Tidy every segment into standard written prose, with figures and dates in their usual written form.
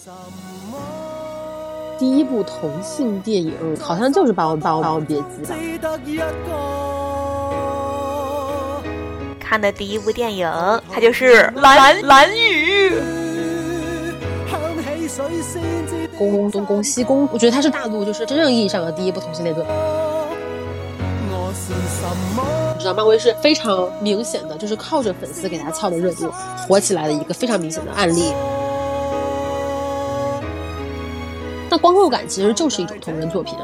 第一部同性电影好像就是《霸王别姬》吧。 看的第一部电影，它就是蓝雨。 东宫西宫，我觉得它是大陆就是真正意义上的第一部同性恋作品。你知道漫威是非常明显的，就是靠着粉丝给他蹭的热度火起来的一个非常明显的案例。那光后感其实就是一种同人作品。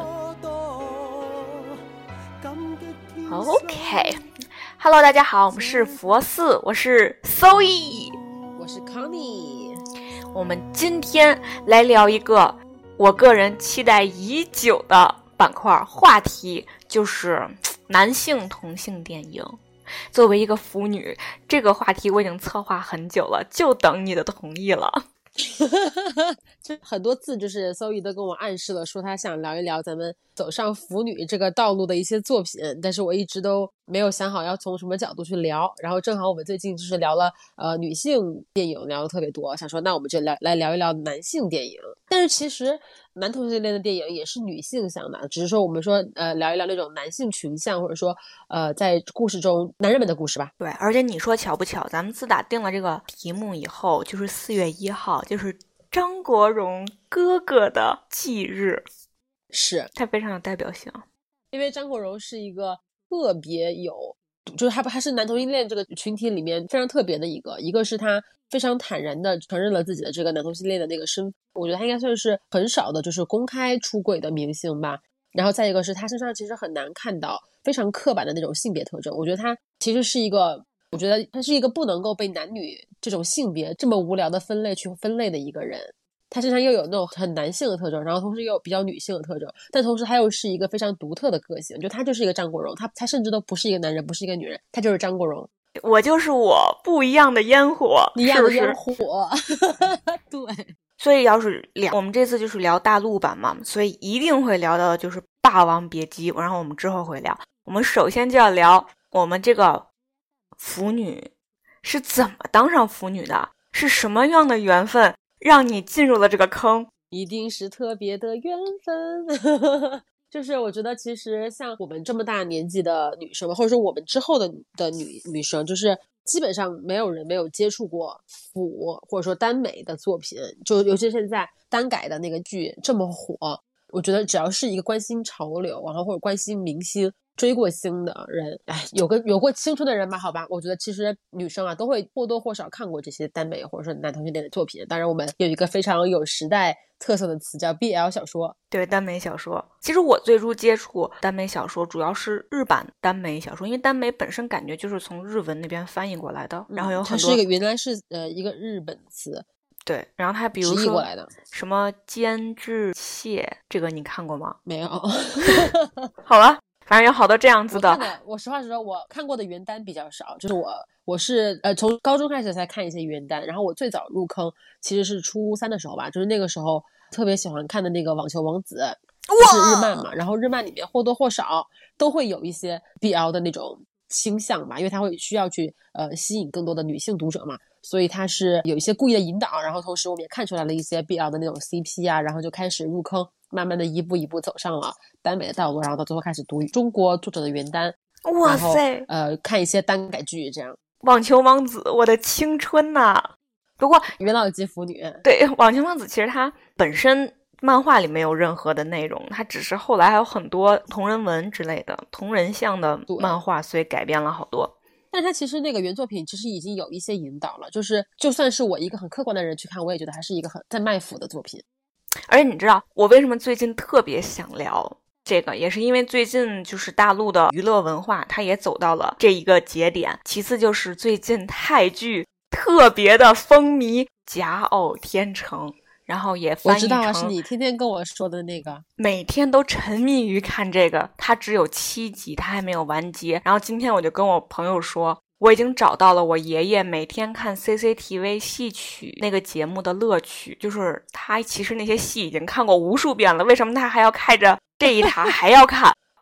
OK，Hello， 大家好，我们是佛寺，我是 Zoe， 我是 Connie。 我们今天来聊一个我个人期待已久的板块话题，就是男性同性电影。作为一个腐女，这个话题我已经策划很久了，就等你的同意了。 很多次就是Zoe都跟我暗示了，说他想聊一聊咱们走上腐女这个道路的一些作品，但是我一直都没有想好要从什么角度去聊。然后正好我们最近就是聊了女性电影聊得特别多，想说那我们就来聊一聊男性电影。但是其实男同性恋的电影也是女性向的，只是说我们说聊一聊那种男性群像，或者说在故事中男人们的故事吧。 对，而且你说巧不巧，咱们自打定了这个题目以后，就是4月1号，就是张国荣哥哥的忌日， 是他非常有代表性。 因为张国荣是一个特别有，就是他是男同性恋这个群体里面非常特别的一个是他非常坦然的承认了自己的这个男同性恋的那个身份，我觉得他应该算是很少的就是公开出轨的明星吧。然后再一个是他身上其实很难看到非常刻板的那种性别特征，我觉得他其实是一个，我觉得他是一个不能够被男女这种性别这么无聊的分类去分类的一个人。他身上又有那种很男性的特征，然后同时又有比较女性的特征，但同时他又是一个非常独特的个性，就他就是一个张国荣，他甚至都不是一个男人，不是一个女人，他就是张国荣。 我就是我，不一样的烟火， 一样的烟火。对。 所以要是我们这次就是聊大陆版嘛，所以一定会聊到的就是《霸王别姬》，然后我们之后会聊。我们首先就要聊我们这个腐女是怎么当上腐女的，是什么样的缘分让你进入了这个坑， 一定是特别的缘分。就是我觉得其实像我们这么大年纪的女生，或者说我们之后的女生，就是基本上没有人没有接触过腐或者说耽美的作品，就尤其现在耽改的那个剧这么火，我觉得只要是一个关心潮流，然后或者关心明星追过星的人，有过青春的人吧，好吧，我觉得其实女生啊都会或多或少看过这些耽美或者说男同性恋的作品。当然我们有一个非常有时代特色的词叫 BL 小说。 对，耽美小说。其实我最初接触耽美小说主要是日版耽美小说，因为耽美本身感觉就是从日文那边翻译过来的，然后有很多它是一个原来是一个日本词。 对，然后它比如说过来的什么监制蟹，这个你看过吗？ 没有。 好了，反正有好多这样子的。 我实话实说，我看过的原耽比较少，就是我是从高中开始才看一些原耽，然后我最早入坑其实是初3的时候吧，就是那个时候特别喜欢看的那个网球王子，就是日漫嘛，然后日漫里面或多或少都会有一些 BL 的那种倾向吧，因为它会需要去吸引更多的女性读者嘛，所以它是有一些故意的引导，然后同时我们也看出来了一些 BL 的那种 CP 啊，然后就开始入坑，慢慢的一步一步走上了耽美的道路，然后到最后开始读中国作者的原耽， 哇塞， 看一些耽改剧这样。 网球王子，我的青春呐！不过元老级腐女。 对，网球王子其实它本身漫画里没有任何的内容，它只是后来还有很多同人文之类的同人向的漫画，所以改编了好多。 但是它其实那个原作品其实已经有一些引导了，就是就算是我一个很客观的人去看，我也觉得还是一个很在卖腐的作品。 而且你知道我为什么最近特别想聊这个，也是因为最近就是大陆的娱乐文化它也走到了这一个节点，其次就是最近泰剧特别的风靡假偶天成，然后也翻译成， 我知道啊，是你天天跟我说的那个， 每天都沉迷于看这个，它只有7集，它还没有完结。然后今天我就跟我朋友说，我已经找到了我爷爷每天看 CCTV 戏曲那个节目的乐趣，就是他其实那些戏已经看过无数遍了，为什么他还要开着这一塔还要看？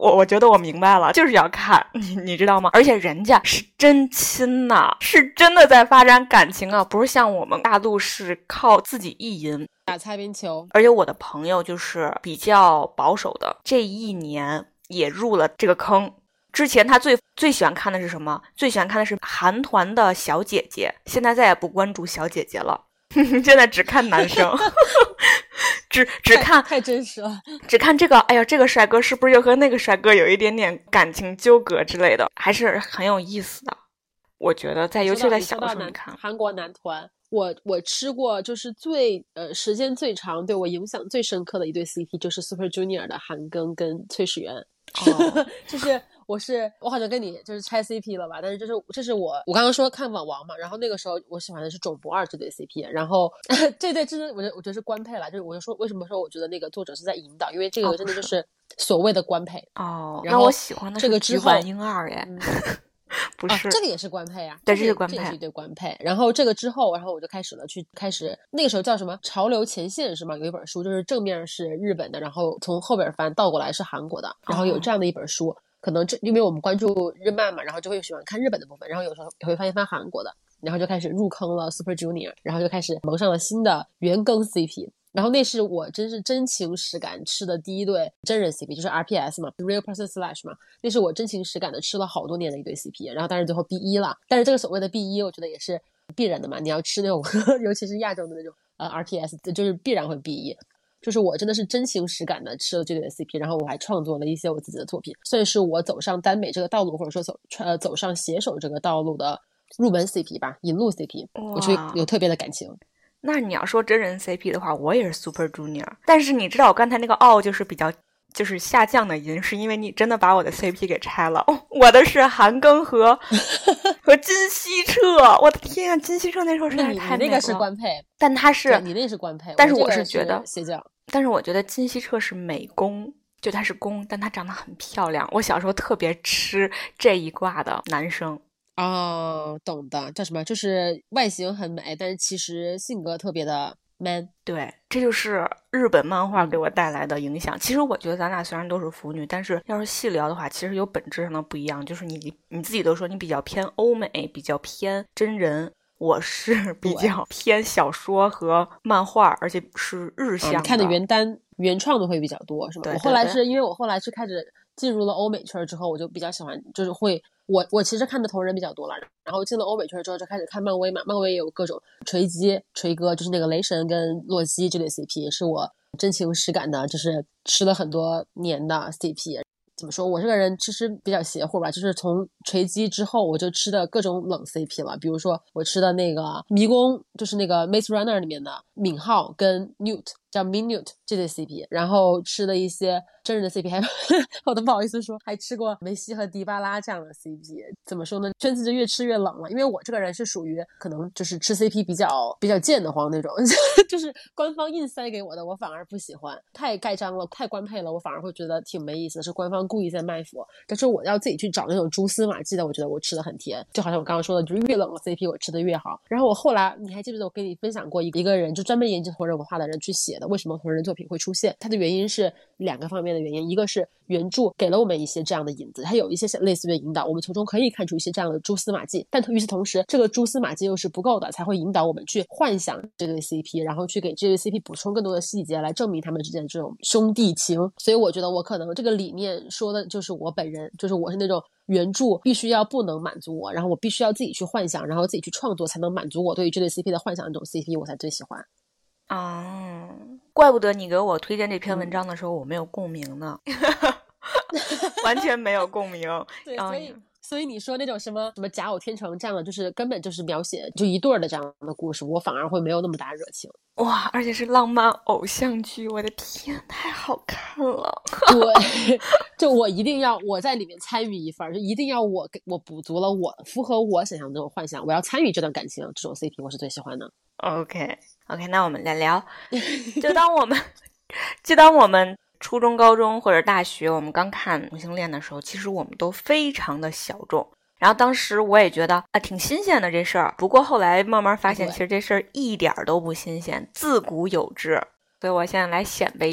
我觉得我明白了，就是要看你知道吗？而且人家是真亲呐，是真的在发展感情啊，不是像我们大陆是靠自己意淫打擦边球。 而且我的朋友就是比较保守的，这一年也入了这个坑。之前他最喜欢看的是什么？最喜欢看的是韩团的小姐姐，现在再也不关注小姐姐了，现在只看男生，只看太真实了， 只看这个。哎呀，这个帅哥是不是又和那个帅哥有一点点感情纠葛之类的，还是很有意思的。我觉得尤其在小的时候，你看韩国男团，我吃过就是时间最长对我影响最深刻的一对 CP 就是 Super Junior 的韩庚跟崔始源。就是我好像跟你就是拆 CP 了吧，但是这是我刚刚说看网王嘛，然后那个时候我喜欢的是种博二这对 CP， 然后这对真的我觉得是官配了，就是我就说为什么说我觉得那个作者是在引导，因为这个真的就是所谓的官配然后那我喜欢的是菊丸英二耶。不是、 这个也是官配啊， 对，这是官配， 这也是一对官配。然后这个之后，然后我就开始那个时候叫什么潮流前线是吗？有一本书就是正面是日本的，然后从后边翻倒过来是韩国的，然后有这样的一本书。可能因为我们关注日漫嘛，然后就会喜欢看日本的部分，然后有时候也会翻韩国的，然后就开始入坑了 Super Junior， 然后就开始蒙上了新的元庚 CP。然后那是我真情实感吃的第一对真人 CP， 就是 RPS 嘛 Real Person Slash 嘛，那是我真情实感的吃了好多年的一对 CP， 然后但是最后 B1 了。但是这个所谓的 B1 我觉得也是必然的嘛，你要吃那种尤其是亚洲的那种RPS 就是必然会 B1。就是我真的是真情实感的吃了这对 CP， 然后我还创作了一些我自己的作品，算是我走上耽美这个道路，或者说走上写手这个道路的入门 CP 吧，引路 CP， 我觉得有特别的感情。 那你要说真人 CP 的话，我也是 Super Junior， 但是你知道我刚才那个就是比较就是下降的音，是因为你真的把我的 CP 给拆了。我的是韩庚和金希澈，我的天啊，金希澈那时候实在太美了。 你那个是官配， 但他是你那是官配， 但是我是觉得邪教。 但是我觉得金希澈是美攻，就他是攻，但他长得很漂亮。我小时候特别吃这一挂的男生。 懂的，叫什么？就是外形很美，但是其实性格特别的 man。 对，这就是日本漫画给我带来的影响。其实我觉得咱俩虽然都是腐女，但是要是细聊的话，其实有本质上的不一样。就是你自己都说你比较偏欧美，比较偏真人，我是比较偏小说和漫画，而且是日向的。 看的原创的会比较多，是吗？ 对， 我后来是因为我后来是开始进入了欧美圈之后，我就比较喜欢，就是会我其实看的同人比较多了，然后进了欧美圈之后就开始看漫威嘛，漫威也有各种锤哥，就是那个雷神跟洛基这对 CP 是我真情实感的，就是吃了很多年的 CP。怎么说，我这个人其实比较邪乎吧，就是从锤击之后我就吃的各种冷 CP 了，比如说我吃的那个迷宫，就是那个 Maze Runner 里面的敏浩跟 Newt 叫 Minute 这对 CP， 然后吃了一些真人的 CP， 还我都不好意思说，还吃过梅西和迪巴拉这样的 CP。 怎么说呢，圈子就越吃越冷了，因为我这个人是属于可能就是吃 CP 比较贱的慌那种就是官方硬塞给我的我反而不喜欢，太盖章了太官配了，我反而会觉得挺没意思的，是官方故意在卖腐。但是我要自己去找那种蛛丝马迹的，我觉得我吃的很甜，就好像我刚刚说的，就是越冷的 CP 我吃的越好。然后我后来你还记不记得我跟你分享过一个人就专门研究同人文化的人去写的为什么同人作品会出现，它的原因是2个方面的原因，一个是原著给了我们一些这样的引子，它有一些类似于引导，我们从中可以看出一些这样的蛛丝马迹，但与此同时这个蛛丝马迹又是不够的，才会引导我们去幻想这对 CP， 然后去给这对 CP 补充更多的细节来证明他们之间的这种兄弟情。所以我觉得我可能这个理念说的就是我本人，就是我是那种原著必须要不能满足我，然后我必须要自己去幻想，然后自己去创作才能满足我对于这对 CP 的幻想，这种 CP 我才最喜欢。 怪不得你给我推荐这篇文章的时候我没有共鸣呢完全没有共鸣。 对，所以你说那种什么假偶天成这样的，就是根本就是描写就一对的这样的故事，我反而会没有那么大热情。 哇，而且是浪漫偶像剧，我的天，太好看了对，就我一定要我在里面参与一份，就一定要我补足了我符合我想象的那种幻想，我要参与这段感情，这种 CP 我是最喜欢的。 OK， 那我们来聊就当我们初中高中或者大学我们刚看同性恋的时候，其实我们都非常的小众，然后当时我也觉得挺新鲜的这事儿，不过后来慢慢发现其实这事儿一点都不新鲜，自古有之。所以我现在来显摆一下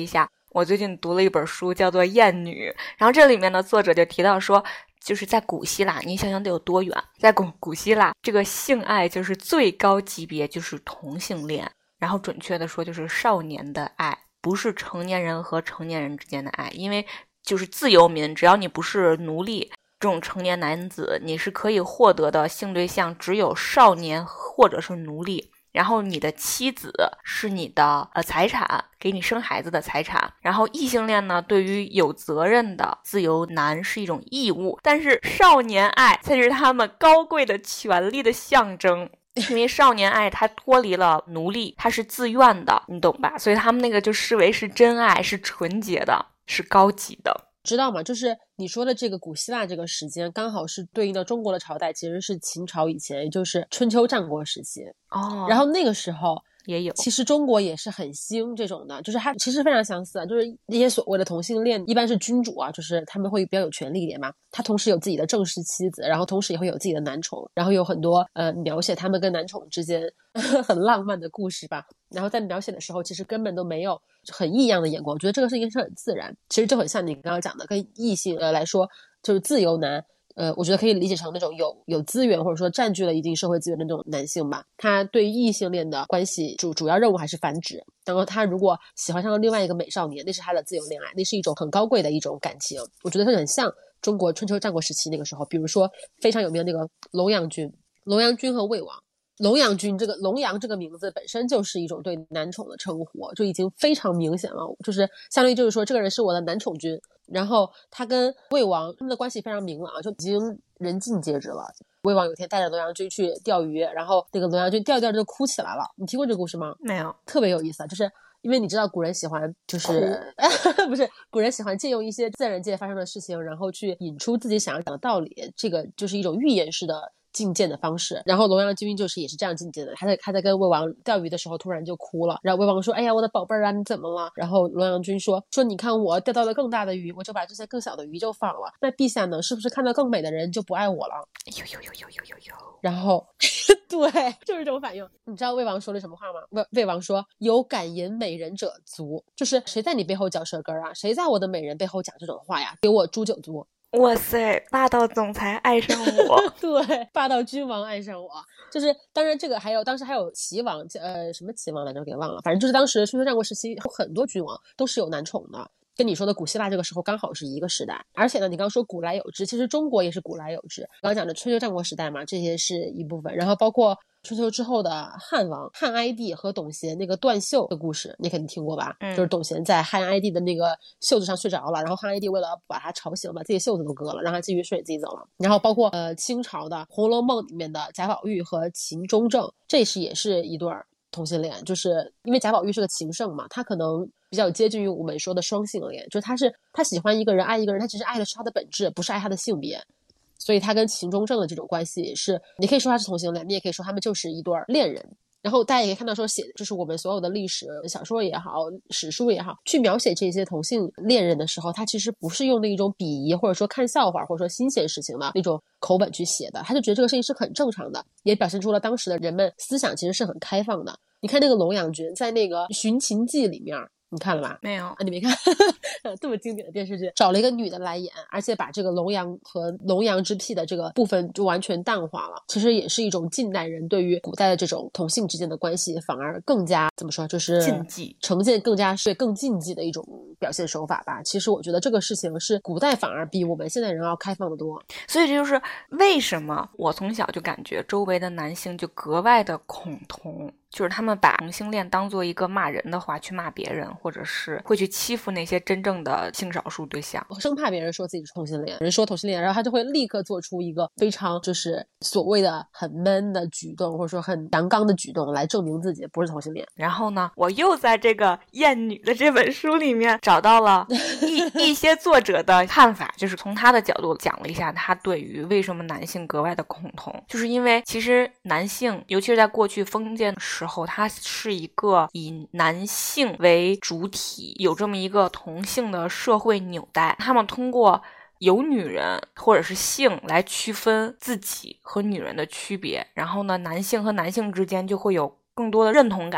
我最近读了一本书叫做《厌女》，然后这里面的作者就提到说，就是在古希腊，你想想得有多远，在古希腊这个性爱就是最高级别就是同性恋，然后准确的说就是少年的爱，不是成年人和成年人之间的爱，因为就是自由民，只要你不是奴隶这种成年男子，你是可以获得的性对象只有少年或者是奴隶，然后你的妻子是你的财产，给你生孩子的财产。然后异性恋呢，对于有责任的自由男是一种义务，但是少年爱才是他们高贵的权利的象征。因为少年爱它脱离了奴隶，它是自愿的，你懂吧？所以他们那个就视为是真爱，是纯洁的，是高级的。 知道吗？就是你说的这个古希腊这个时间，刚好是对应到中国的朝代，其实是秦朝以前，也就是春秋战国时期。然后那个时候也有， 其实中国也是很兴这种的，就是它其实非常相似啊，就是那些所谓的同性恋一般是君主啊，就是他们会比较有权利一点嘛，他同时有自己的正式妻子，然后同时也会有自己的男宠，然后有很多描写他们跟男宠之间很浪漫的故事吧，然后在描写的时候其实根本都没有很异样的眼光，我觉得这个事情是很自然，其实就很像你刚刚讲的跟异性来说就是自由男，我觉得可以理解成那种有资源或者说占据了一定社会资源的那种男性吧，他对异性恋的关系主要任务还是繁殖，然后他如果喜欢上了另外一个美少年，那是他的自由恋爱，那是一种很高贵的一种感情，我觉得很像中国春秋战国时期那个时候，比如说非常有名的那个龙阳君和魏王。龙阳君这个龙阳这个名字本身就是一种对男宠的称呼，就已经非常明显了，就是相当于就是说这个人是我的男宠君，然后他跟魏王他们的关系非常明朗，就已经人尽皆知了。魏王有天带着龙阳君去钓鱼，然后那个龙阳君钓就哭起来了，你听过这个故事吗？ 没有。 特别有意思啊，就是因为你知道古人喜欢就是不是古人喜欢借用一些自然界发生的事情，然后去引出自己想要讲的道理，这个就是一种寓言式的进谏的方式。然后龙阳君就是也是这样进谏的，他在跟魏王钓鱼的时候突然就哭了，然后魏王说哎呀我的宝贝儿啊你怎么了，然后龙阳君说你看我钓到了更大的鱼，我就把这些更小的鱼就放了，那陛下呢是不是看到更美的人就不爱我了？ 有， 然后对就是这种反应。你知道魏王说了什么话吗？魏王说有敢言美人者足，就是谁在你背后嚼舌根啊，谁在我的美人背后讲这种话呀，给我诛九族。 哇塞，霸道总裁爱上我对，霸道君王爱上我，就是当然这个还有当时还有齐王什么齐王来着给忘了，反正就是当时春秋战国时期有很多君王都是有男宠的，跟你说的古希腊这个时候刚好是一个时代。而且呢你刚刚说古来有之，其实中国也是古来有之，刚刚讲的春秋战国时代嘛，这些是一部分，然后包括春秋之后的汉王汉哀帝和董贤那个断袖的故事你肯定听过吧，就是董贤在汉哀帝的那个袖子上睡着了，然后汉哀帝为了把他吵醒把自己袖子都割了，让他继续睡自己走了。然后包括清朝的红楼梦里面的贾宝玉和秦钟正，这也是一对同性恋，就是因为贾宝玉是个情圣嘛，他可能比较接近于我们说的双性恋，就是他喜欢一个人爱一个人，他其实爱的是他的本质，不是爱他的性别，所以他跟秦钟正的这种关系是你可以说他是同性恋，你也可以说他们就是一对恋人。然后大家也可以看到说就是我们所有的历史小说也好史书也好去描写这些同性恋人的时候，他其实不是用那种鄙夷或者说看笑话或者说新鲜事情的那种口吻去写的，他就觉得这个事情是很正常的，也表现出了当时的人们思想其实是很开放的。你看那个龙阳君在那个《寻秦记》里面你看了吧？ 没有啊，你没看这么经典的电视剧，找了一个女的来演，而且把这个龙阳和龙阳之癖的这个部分就完全淡化了，其实也是一种近代人对于古代的这种同性之间的关系反而更加怎么说，就是禁忌， 呈现更加是更禁忌的一种表现手法吧。其实我觉得这个事情是古代反而比我们现代人要开放的多， 所以这就是为什么我从小就感觉周围的男性就格外的恐同，就是他们把同性恋当做一个骂人的话去骂别人，或者是会去欺负那些真正的性少数对象， 生怕别人说自己是同性恋，人说同性恋，然后他就会立刻做出一个非常就是所谓的很 man 的举动，或者说很阳刚的举动来证明自己不是同性恋。 然后呢，我又在这个《厌女》的这本书里面找到了一些作者的看法，就是从他的角度讲了一下他对于为什么男性格外的恐同，就是因为其实男性尤其是在过去封建的时候，他是一个以男性为主体，有这么一个同性的社会纽带，他们通过有女人或者是性来区分自己和女人的区别，然后呢，男性和男性之间就会有更多的认同感，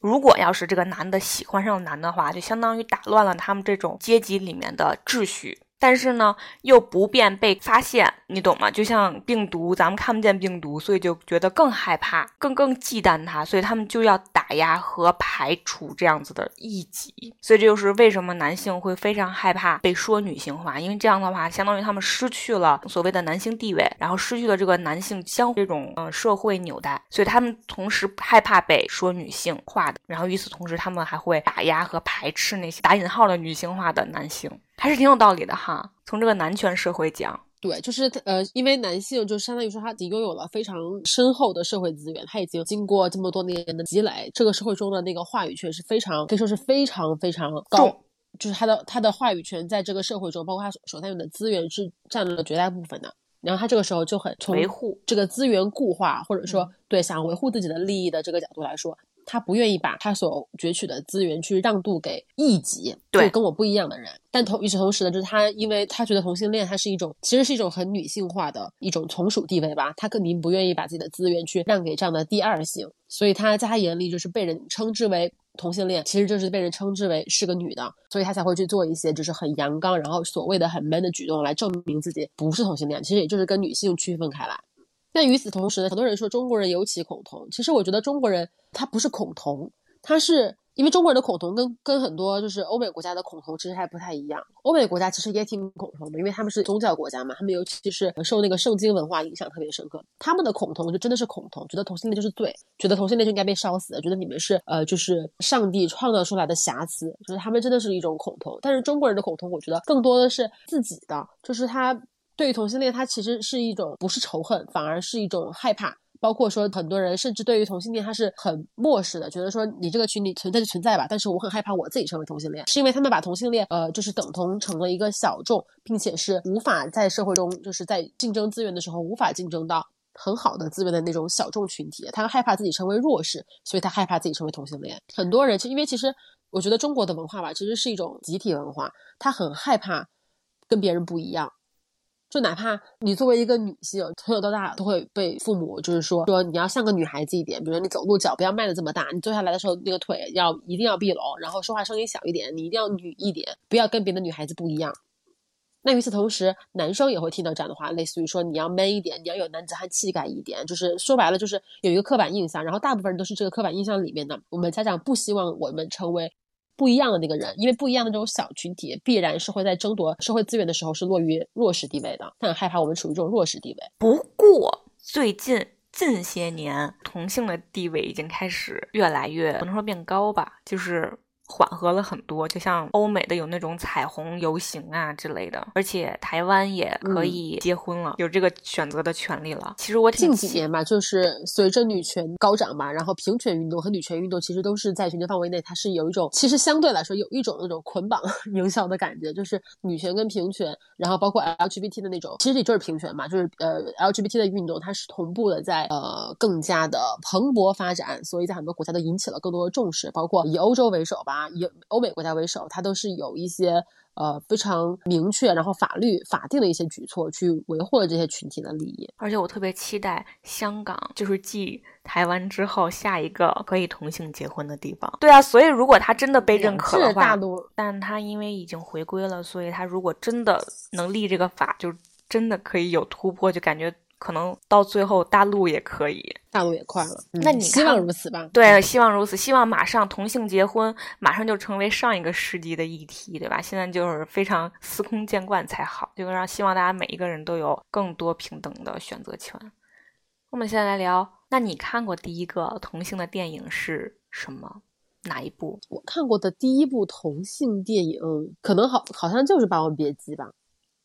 如果要是这个男的喜欢上男的话，就相当于打乱了他们这种阶级里面的秩序。但是呢，又不便被发现，你懂吗？就像病毒，咱们看不见病毒，所以就觉得更害怕，更忌惮它，所以他们就要打压和排除这样子的异己。所以这就是为什么男性会非常害怕被说女性化，因为这样的话，相当于他们失去了所谓的男性地位，然后失去了这个男性相这种社会纽带，所以他们同时害怕被说女性化的，然后与此同时，他们还会打压和排斥那些打引号的女性化的男性。还是挺有道理的哈，从这个男权社会讲。 对，就是因为男性就相当于说他已经拥有了非常深厚的社会资源，他已经经过这么多年的积累，这个社会中的那个话语权是非常可以说是非常非常高，就是他的话语权在这个社会中，包括他手上有的资源是占了绝大部分的。然后他这个时候就很从维护这个资源固化，或者说对想维护自己的利益的这个角度来说，他不愿意把他所攫取的资源去让渡给异己，对跟我不一样的人。但与此同时呢，就是他因为他觉得同性恋它是一种其实是一种很女性化的一种从属地位吧，他肯定不愿意把自己的资源去让给这样的第二性，所以他在他眼里就是被人称之为同性恋，其实就是被人称之为是个女的，所以他才会去做一些就是很阳刚然后所谓的很 man 的举动来证明自己不是同性恋，其实也就是跟女性区分开来。但与此同时呢，很多人说中国人尤其恐同，其实我觉得中国人他不是恐同，他是因为中国人的恐同跟很多就是欧美国家的恐同其实还不太一样。欧美国家其实也挺恐同的，因为他们是宗教国家嘛，他们尤其是受那个圣经文化影响特别深刻，他们的恐同就真的是恐同，觉得同性恋就是罪，觉得同性恋就应该被烧死，觉得你们是就是上帝创造出来的瑕疵，就是他们真的是一种恐同。但是中国人的恐同我觉得更多的是自己的，就是他对于同性恋他其实是一种不是仇恨，反而是一种害怕，包括说很多人甚至对于同性恋他是很漠视的，觉得说你这个群里存在就存在吧，但是我很害怕我自己成为同性恋，是因为他们把同性恋就是等同成了一个小众，并且是无法在社会中就是在竞争资源的时候无法竞争到很好的资源的那种小众群体，他害怕自己成为弱势，所以他害怕自己成为同性恋。很多人因为其实我觉得中国的文化吧其实是一种集体文化，他很害怕跟别人不一样，就哪怕你作为一个女性从小到大都会被父母就是说你要像个女孩子一点，比如说你走路脚不要迈得这么大，你坐下来的时候那个腿一定要闭拢，然后说话声音小一点，你一定要女一点，不要跟别的女孩子不一样。那与此同时男生也会听到这样的话，类似于说你要 man 一点，你要有男子汉气概一点，就是说白了就是有一个刻板印象，然后大部分人都是这个刻板印象里面的，我们家长不希望我们成为不一样的那个人，因为不一样的这种小群体必然是会在争夺社会资源的时候是落于弱势地位的，他很害怕我们处于这种弱势地位。 不过最近些年同性的地位已经开始越来越不能说变高吧，就是缓和了很多，就像欧美的有那种彩虹游行啊之类的，而且台湾也可以结婚了，有这个选择的权利了。其实我近几年吧，就是随着女权高涨吧，然后平权运动和女权运动其实都是在全球范围内，它是有一种其实相对来说有一种那种捆绑营销的感觉，就是女权跟平权，然后包括 LGBT 的那种，其实也就是平权嘛，就是LGBT 的运动它是同步的在更加的蓬勃发展，所以在很多国家都引起了更多的重视，包括以欧洲为首吧，以欧美国家为首，它都是有一些非常明确然后法定的一些举措去维护了这些群体的利益。 而且我特别期待香港就是继台湾之后下一个可以同性结婚的地方。对啊，所以如果他真的被认可的话， 大陆但他因为已经回归了，所以他如果真的能立这个法，就真的可以有突破，就感觉可能到最后大陆也可以， 大陆也快了。 那你希望如此吧。 对，希望如此，希望马上同性结婚马上就成为上一个世纪的议题，对吧？现在就是非常司空见惯才好，就让希望大家每一个人都有更多平等的选择权。我们现在来聊，那你看过第一个同性的电影是什么？哪一部？ 我看过的第一部同性电影可能好像就是《霸王别姬》吧。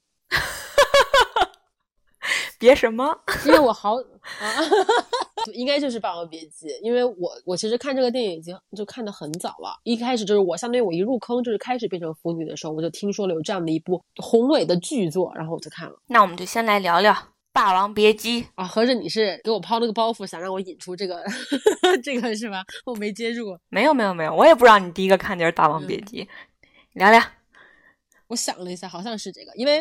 别什么？ 因为我应该就是《霸王别姬》，因为我其实看这个电影已经就看得很早了。一开始就是我相当于我一入坑就是开始变成腐女的时候，我就听说了有这样的一部宏伟的巨作，然后我就看了。 那我们就先来聊聊《霸王别姬》 啊，合着你是给我抛了个包袱，想让我引出这个这个是吧？我没接住。 没有，我也不知道你第一个看就是《霸王别姬》。聊聊。 我想了一下，好像是这个，因为《霸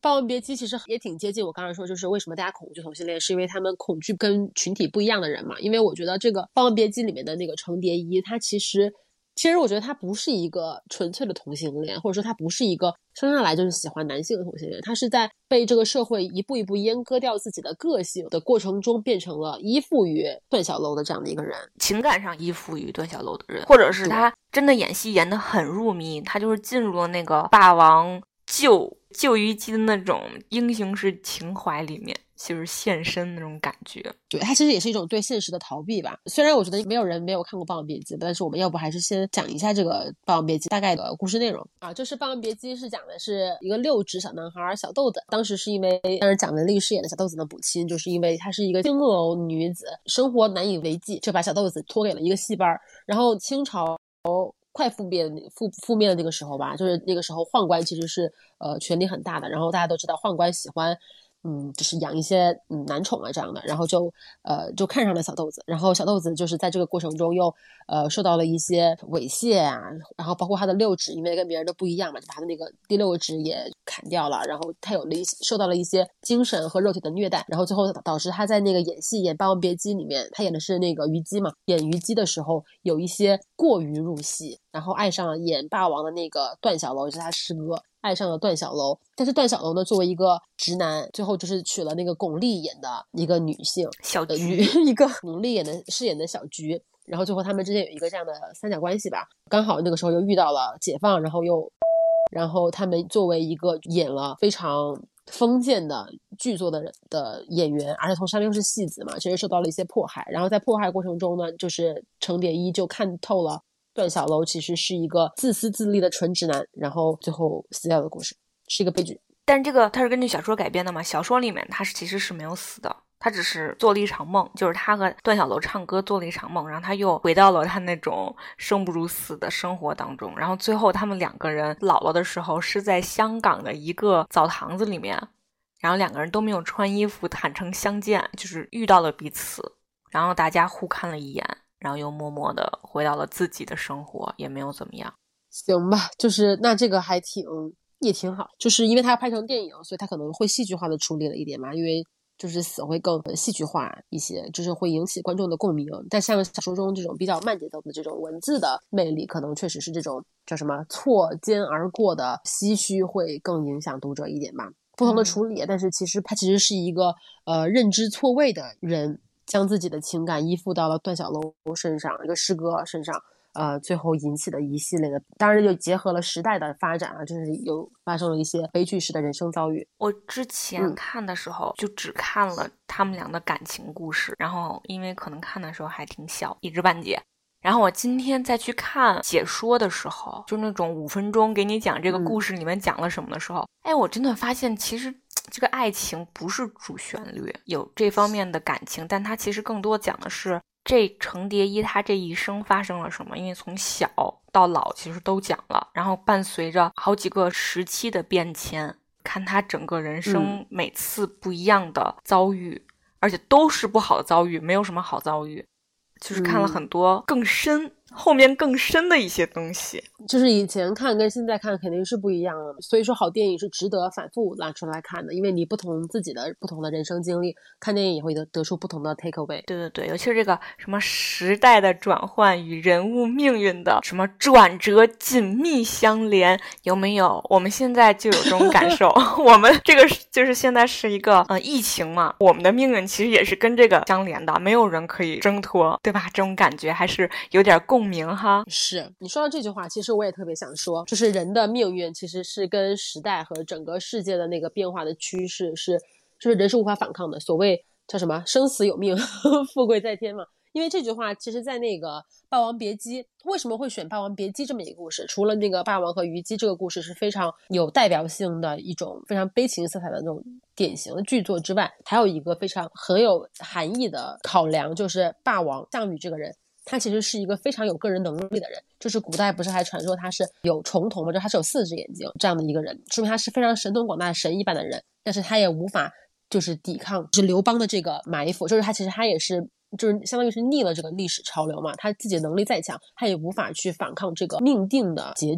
霸王别姬其实也挺接近我刚才说，就是为什么大家恐惧同性恋，是因为他们恐惧跟群体不一样的人嘛。因为我觉得这个霸王别姬里面的那个程蝶衣，他其实我觉得他不是一个纯粹的同性恋，或者说他不是一个生下来就是喜欢男性的同性恋，他是在被这个社会一步一步阉割掉自己的个性的过程中，变成了依附于段小楼的这样的一个人， 情感上依附于段小楼的人，或者是他真的演戏演得很入迷，他就是进入了那个霸王救虞姬的那种英雄式情怀里面，就是现身那种感觉。 对，它其实也是一种对现实的逃避吧。虽然我觉得没有人没有看过《霸王别姬》，但是我们要不还是先讲一下这个《霸王别姬》大概的故事内容啊。就是《霸王别姬》是讲的是一个6指小男孩小豆子，当时是因为蒋雯丽饰演的小豆子的母亲，就是因为她是一个青楼女子，生活难以为继，就把小豆子托给了一个戏班。然后清朝快覆灭的那个时候吧，就是那个时候宦官其实是权力很大的，然后大家都知道宦官喜欢就是养一些男宠啊这样的，然后就看上了小豆子，然后小豆子就是在这个过程中又受到了一些猥亵啊，然后包括他的6指，因为跟别人都不一样嘛，就把他的那个第6指也砍掉了，然后他受到了一些精神和肉体的虐待，然后最后导致他在那个演《霸王别姬》里面，他演的是那个虞姬嘛，演虞姬的时候有一些过于入戏，然后爱上了演霸王的那个段小楼，也是他师哥。爱上了段小楼，但是段小楼呢，作为一个直男，最后就是娶了那个巩俐演的一个女性小菊， 一个巩俐饰演的小菊，然后最后他们之间有一个这样的三角关系吧。刚好那个时候又遇到了解放，然后他们作为一个演了非常封建的剧作的演员，而且同时他们又是戏子嘛，其实受到了一些迫害。然后在迫害过程中呢，就是程蝶衣就看透了段小楼其实是一个自私自利的纯直男，然后最后死掉的故事，是一个悲剧。 但这个它是根据小说改编的嘛？小说里面他其实是没有死的，他只是做了一场梦，就是他和段小楼唱歌做了一场梦，然后他又回到了他那种生不如死的生活当中，然后最后他们2个人老了的时候是在香港的一个澡堂子里面，然后2个人都没有穿衣服，坦诚相见，就是遇到了彼此，然后大家互看了一眼，然后又默默的回到了自己的生活，也没有怎么样。 行吧，就是那这个也挺好，就是因为它拍成电影，所以它可能会戏剧化的处理了一点嘛，因为就是死会更戏剧化一些，就是会引起观众的共鸣。但像小说中这种比较慢节奏的这种文字的魅力，可能确实是这种叫什么错肩而过的唏嘘会更影响读者一点吧。不同的处理，但是其实是一个认知错位的人，将自己的情感依附到了段小楼身上，一个师哥身上。最后引起的一系列的，当然就结合了时代的发展啊，就是有发生了一些悲剧式的人生遭遇。 我之前看的时候就只看了他们俩的感情故事，然后因为可能看的时候还挺小，一知半解。然后我今天再去看解说的时候，就那种5分钟给你讲这个故事里面讲了什么的时候，我真的发现其实这个爱情不是主旋律，有这方面的感情，但它其实更多讲的是这程蝶衣他这一生发生了什么，因为从小到老其实都讲了，然后伴随着好几个时期的变迁，看他整个人生每次不一样的遭遇，而且都是不好的遭遇，没有什么好遭遇，就是看了很多更深后面更深的一些东西， 就是以前看跟现在看肯定是不一样的，所以说好电影是值得反复拿出来看的，因为你自己的不同的人生经历，看电影也会得出不同的 take away。 对对对，尤其是这个什么时代的转换与人物命运的什么转折紧密相连，有没有？我们现在就有这种感受我们这个就是现在是一个疫情嘛，我们的命运其实也是跟这个相连的，没有人可以挣脱，对吧？这种感觉还是有点共鸣哈。 是，你说到这句话，其实我也特别想说，就是人的命运其实是跟时代和整个世界的那个变化的趋势就是人是无法反抗的。所谓叫什么生死有命富贵在天嘛。因为这句话其实在那个霸王别姬，为什么会选霸王别姬这么一个故事，除了那个霸王和虞姬这个故事是非常有代表性的一种非常悲情色彩的那种典型的剧作之外，还有一个很有含义的考量，就是霸王项羽这个人他其实是一个非常有个人能力的人，就是古代不是还传说他是有重瞳吗？就他是有4只眼睛这样的一个人，说明他是非常神通广大神一般的人，但是他也无法就是抵抗就是刘邦的这个埋伏，就是他也是就是相当于是逆了这个历史潮流嘛，他自己的能力再强他也无法去反抗这个命定的结局。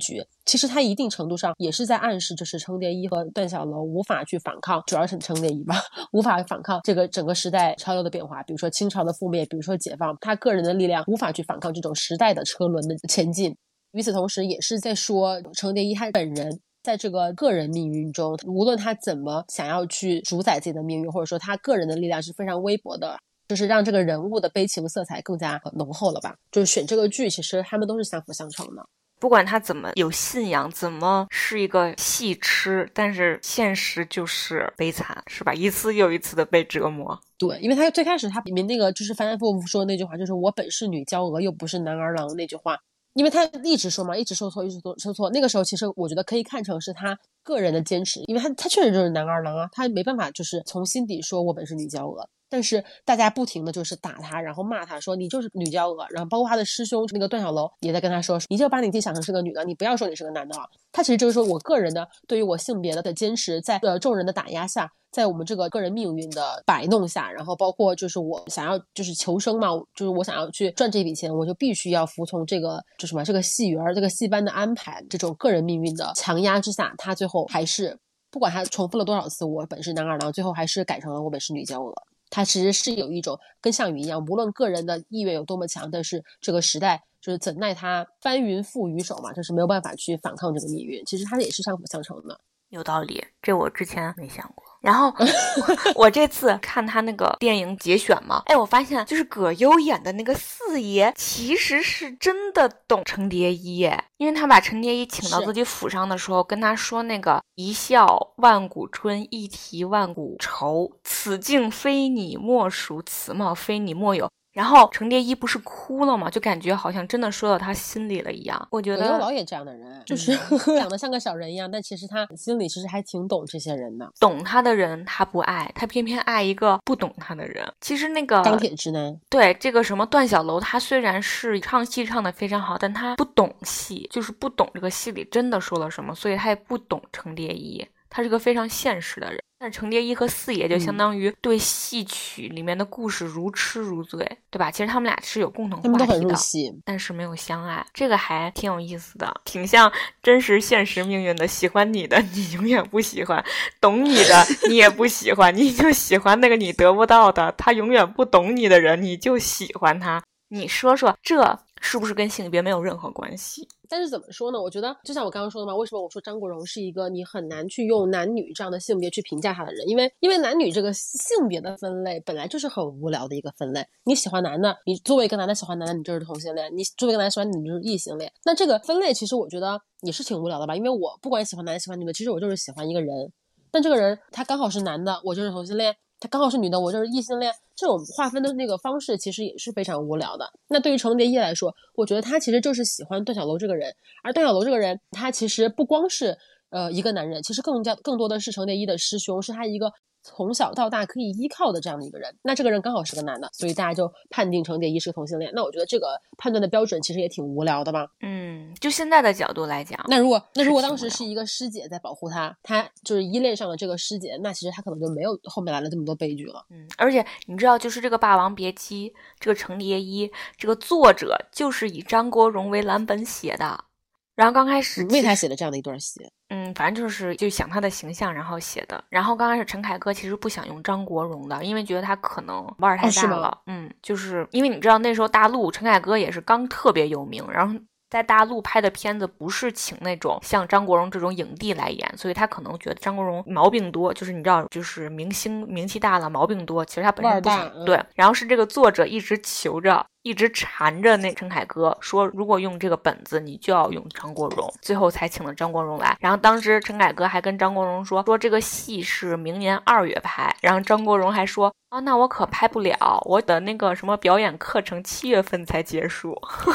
其实它一定程度上也是在暗示，就是程蝶衣和段小楼无法去反抗，主要是程蝶衣吧，无法反抗这个整个时代潮流的变化，比如说清朝的覆灭，比如说解放，他个人的力量无法去反抗这种时代的车轮的前进。与此同时也是在说程蝶衣他本人在这个个人命运中，无论他怎么想要去主宰自己的命运，或者说他个人的力量是非常微薄的，就是让这个人物的悲情色彩更加浓厚了吧。就是选这个剧其实他们都是相辅相成的， 不管他怎么有信仰，怎么是一个戏痴，但是现实就是悲惨，是吧？一次又一次的被折磨。 对，因为他最开始他里面那个就是反反复复说的那句话，就是我本是女娇娥又不是男儿郎那句话，因为他一直说嘛，一直说错，一直说错。那个时候其实我觉得可以看成是他个人的坚持，因为他确实就是男儿郎啊，他没办法就是从心底说我本是女娇娥。但是大家不停的就是打他，然后骂他说你就是女娇娥，然后包括他的师兄那个段小楼也在跟他说，你就把你自己想成是个女的，你不要说你是个男的啊。他其实就是说我个人的对于我性别的坚持，在众人的打压下，在我们这个个人命运的摆弄下，然后包括就是我想要就是求生嘛，就是我想要去赚这笔钱，我就必须要服从这个就什么这个戏园这个戏班的安排，这种个人命运的强压之下，他最后还是不管他重复了多少次我本是男儿郎，最后还是改成了我本是女娇娥。他其实是有一种跟项羽一样，无论个人的意愿有多么强，但是这个时代就是怎奈他翻云覆雨手嘛，就是没有办法去反抗这个命运。其实他也是相辅相成的。 有道理，这我之前没想过。然后我这次看他那个电影节选嘛，我发现就是葛优演的那个四爷其实是真的懂程蝶衣耶，因为他把程蝶衣请到自己府上的时候跟他说那个一笑万古春，一啼万古愁，此境非你莫属，此貌非你莫有。然后程蝶衣不是哭了吗？就感觉好像真的说到他心里了一样。我觉得葛优老也这样的人，就是长得像个小人一样，但其实他心里其实还挺懂这些人的。 懂他的人他不爱，他偏偏爱一个不懂他的人。其实那个钢铁直男， 对，这个什么段小楼，他虽然是唱戏唱得非常好，但他不懂戏，就是不懂这个戏里真的说了什么，所以他也不懂程蝶衣。他是个非常现实的人，但程蝶衣和四爷就相当于对戏曲里面的故事如痴如醉，对吧？其实他们俩是有共同话题的， 他们都很入戏， 但是没有相爱，这个还挺有意思的，挺像真实现实命运的。喜欢你的你永远不喜欢，懂你的你也不喜欢，你就喜欢那个你得不到的，他永远不懂你的人，你就喜欢他。你说说这是不是跟性别没有任何关系？ 但是怎么说呢，我觉得就像我刚刚说的嘛，为什么我说张国荣是一个你很难去用男女这样的性别去评价他的人，因为男女这个性别的分类本来就是很无聊的一个分类。你喜欢男的，你作为一个男的喜欢男的，你就是同性恋；你作为一个男的喜欢你就是异性恋。那这个分类其实我觉得也是挺无聊的吧，因为我不管喜欢男的喜欢女的，其实我就是喜欢一个人，但这个人他刚好是男的，我就是同性恋，他刚好是女的，我就是异性恋，这种划分的那个方式其实也是非常无聊的。那对于程蝶衣来说，我觉得他其实就是喜欢段小楼这个人，而段小楼这个人他其实不光是一个男人，其实更多的是程蝶衣的师兄，是他一个从小到大可以依靠的这样的一个人。那这个人刚好是个男的，所以大家就判定程蝶衣是个同性恋。那我觉得这个判断的标准其实也挺无聊的吧。 就现在的角度来讲， 那如果当时是一个师姐在保护他就是依恋上了这个师姐，那其实他可能就没有后面来了这么多悲剧了。 而且你知道，就是这个《霸王别姬》这个程蝶衣，这个作者就是以张国荣为蓝本写的。然后刚开始为他写的这样的一段戏， 反正就想他的形象然后写的。然后刚开始陈凯歌其实不想用张国荣的，因为觉得他可能腕儿太大了。就是因为你知道那时候大陆陈凯歌也是刚特别有名，然后在大陆拍的片子不是请那种像张国荣这种影帝来演，所以他可能觉得张国荣毛病多，就是你知道，就是明星名气大了毛病多，其实他本身不想对。然后是这个作者一直求着一直缠着那陈凯歌说，如果用这个本子你就要用张国荣，最后才请了张国荣来。然后当时陈凯歌还跟张国荣说这个戏是明年2月拍，然后张国荣还说那我可拍不了，我的那个什么表演课程7月份才结束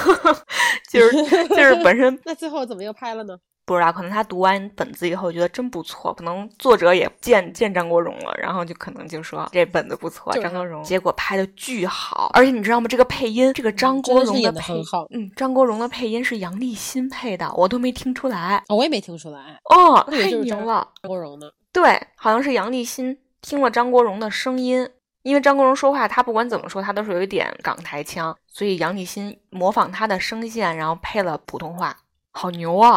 就是本身那最后怎么又拍了呢？ 不知道，可能他读完本子以后觉得真不错，可能作者也见张国荣了，然后就可能就说这本子不错，张国荣结果拍的巨好。而且你知道吗，这个配音，这个张国荣的配音，张国荣的配音是杨立新配的，我都没听出来。 我也没听出来。 太牛了。 张国荣呢？ 对，好像是杨立新听了张国荣的声音，因为张国荣说话他不管怎么说他都是有一点港台腔，所以杨立新模仿他的声线然后配了普通话，好牛啊。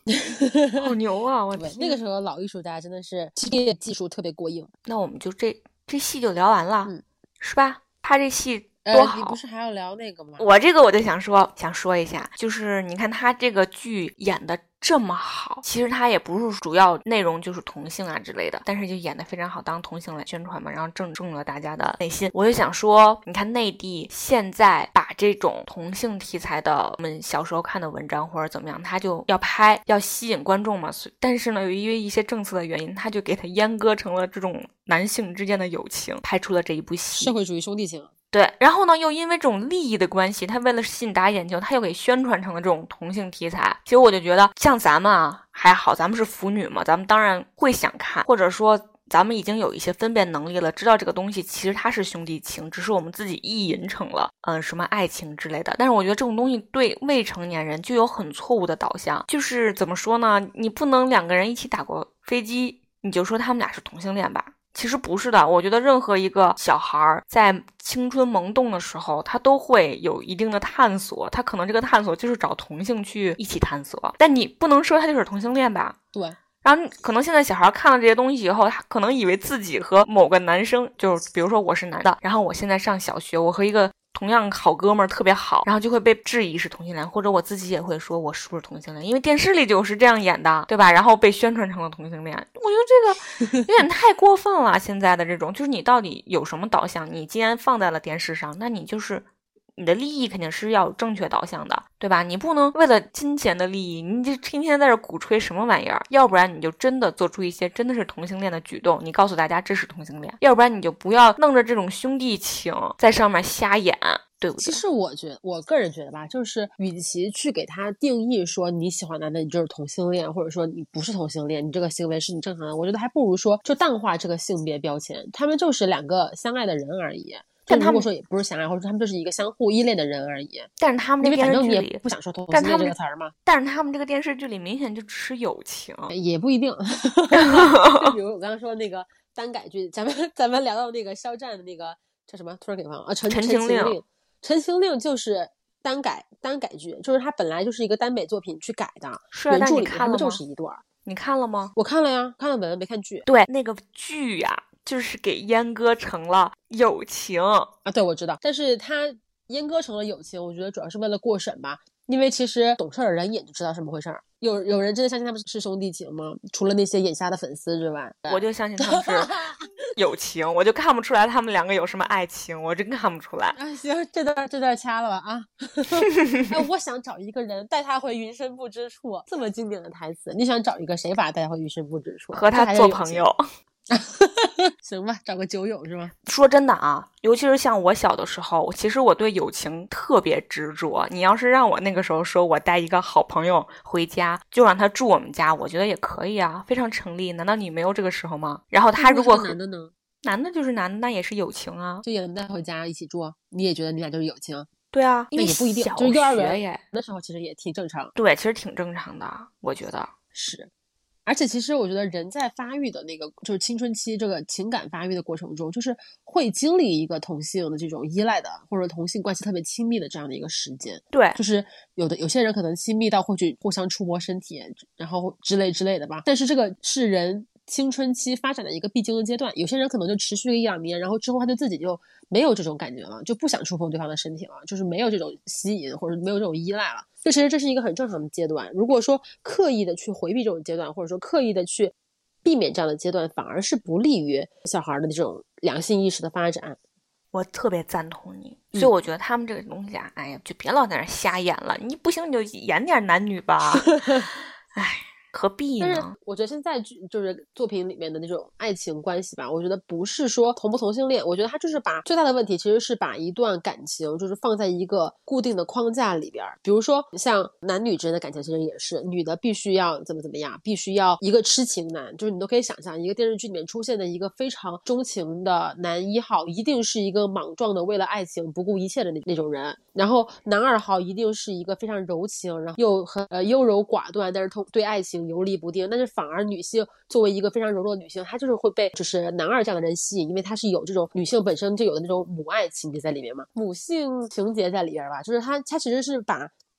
好牛啊！我对，那个时候老艺术家真的是技术特别过硬。 那我们就这戏就聊完了，是吧？他这戏多好。 你不是还要聊那个吗？ 我这个我就想说一下，就是你看他这个剧演的这么好，其实他也不是主要内容就是同性啊之类的，但是就演得非常好，当同性来宣传嘛，然后正中了大家的内心。我就想说，你看内地现在把这种同性题材的我们小时候看的文章或者怎么样，他就要拍，要吸引观众嘛。但是呢，因为一些政策的原因，他就给他阉割成了这种男性之间的友情，拍出了这一部戏， 社会主义兄弟情。 对，然后呢，又因为这种利益的关系，他为了吸引大家眼球，他又给宣传成了这种同性题材。其实我就觉得，像咱们啊还好，咱们是腐女嘛，咱们当然会想看，或者说咱们已经有一些分辨能力了，知道这个东西其实它是兄弟情，只是我们自己意淫成了什么爱情之类的。但是我觉得这种东西对未成年人就有很错误的导向，就是怎么说呢？你不能两个人一起打过飞机，你就说他们俩是同性恋吧？其实不是的，我觉得任何一个小孩在青春萌动的时候，他都会有一定的探索，他可能这个探索就是找同性去一起探索，但你不能说他就是同性恋吧？ 对。 然后可能现在小孩看了这些东西以后，他可能以为自己和某个男生，就是比如说我是男的，然后我现在上小学，我和一个同样好哥们儿特别好，然后就会被质疑是同性恋，或者我自己也会说我是不是同性恋，因为电视里就是这样演的，对吧？然后被宣传成了同性恋，我觉得这个有点太过分了。现在的这种，就是你到底有什么导向？你既然放在了电视上，那你就是你的利益肯定是要有正确导向的，对吧？你不能为了金钱的利益，你就天天在这鼓吹什么玩意儿，要不然你就真的做出一些真的是同性恋的举动，你告诉大家这是同性恋，要不然你就不要弄着这种兄弟情在上面瞎演，对不对？ 其实我个人觉得吧，就是与其去给他定义说你喜欢男的你就是同性恋，或者说你不是同性恋，你这个行为是你正常的，我觉得还不如说就淡化这个性别标签，他们就是两个相爱的人而已。但如果说也不是相爱，或者说他们就是一个相互依恋的人而已。 但是他们这个电视剧里， 因为反正你也不想说同性恋这个词儿嘛。 但是他们这个电视剧里明显就只是友情， 也不一定。就比如我刚刚说那个耽改剧，咱们聊到那个肖战的那个叫什么，突然给忘了啊，陈情令。陈情令就是耽改剧，就是它本来就是一个耽美作品去改的，原著里面他们就是一对儿。 你看了吗？ 我看了呀，看了文没看剧。 对，那个剧呀，就是给阉割成了友情啊。对，我知道，但是它阉割成了友情，我觉得主要是为了过审吧。因为其实懂事的人也就知道什么回事儿。有人真的相信他们是兄弟情吗？除了那些眼瞎的粉丝之外， 我就相信他们是友情，我就看不出来他们两个有什么爱情，我真看不出来。 啊，行，这段掐了吧啊！哎，我想找一个人带他回云深不知处，这么经典的台词，你想找一个谁把他带回云深不知处？ 和他做朋友。 行吧，找个酒友是吗？ 说真的啊，尤其是像我小的时候，其实我对友情特别执着。你要是让我那个时候说我带一个好朋友回家，就让他住我们家，我觉得也可以啊，非常成立。难道你没有这个时候吗？然后他如果男的呢？ 男的就是男的，那也是友情啊， 就也能带回家一起住，你也觉得你俩就是友情？ 对啊， 那也不一定，就是幼儿园那时候其实也挺正常。 对，其实挺正常的，我觉得是。而且其实我觉得人在发育的那个就是青春期这个情感发育的过程中，就是会经历一个同性的这种依赖的，或者同性关系特别亲密的这样的一个时间。 对， 就是有些人可能亲密到会去互相触摸身体，然后之类的吧。但是这个是人青春期发展的一个必经的阶段，有些人可能就持续了1-2年，然后之后他对自己就没有这种感觉了，就不想触碰对方的身体了，就是没有这种吸引或者没有这种依赖了。就其实这是一个很正常的阶段，如果说刻意的去回避这种阶段，或者说刻意的去避免这样的阶段，反而是不利于小孩的这种良性意识的发展。 我特别赞同你，所以我觉得他们这个东西啊，哎呀，就别老在那瞎演了，你不行你就演点男女吧。哎，何必呢？ 但是我觉得现在就是作品里面的那种爱情关系吧，我觉得不是说同不同性恋，我觉得他就是把最大的问题其实是把一段感情就是放在一个固定的框架里边。比如说像男女之间的感情，其实也是女的必须要怎么样，必须要一个痴情男，就是你都可以想象一个电视剧里面出现的一个非常钟情的男1号一定是一个莽撞的为了爱情不顾一切的那种人，然后男2号一定是一个非常柔情，然后又很优柔寡断，但是对爱情游离不定。但是反而女性作为一个非常柔弱的女性，她就是会被就是男2这样的人吸引，因为她是有这种女性本身就有的那种母爱情节在里面嘛，母性情节在里边吧，就是她其实是把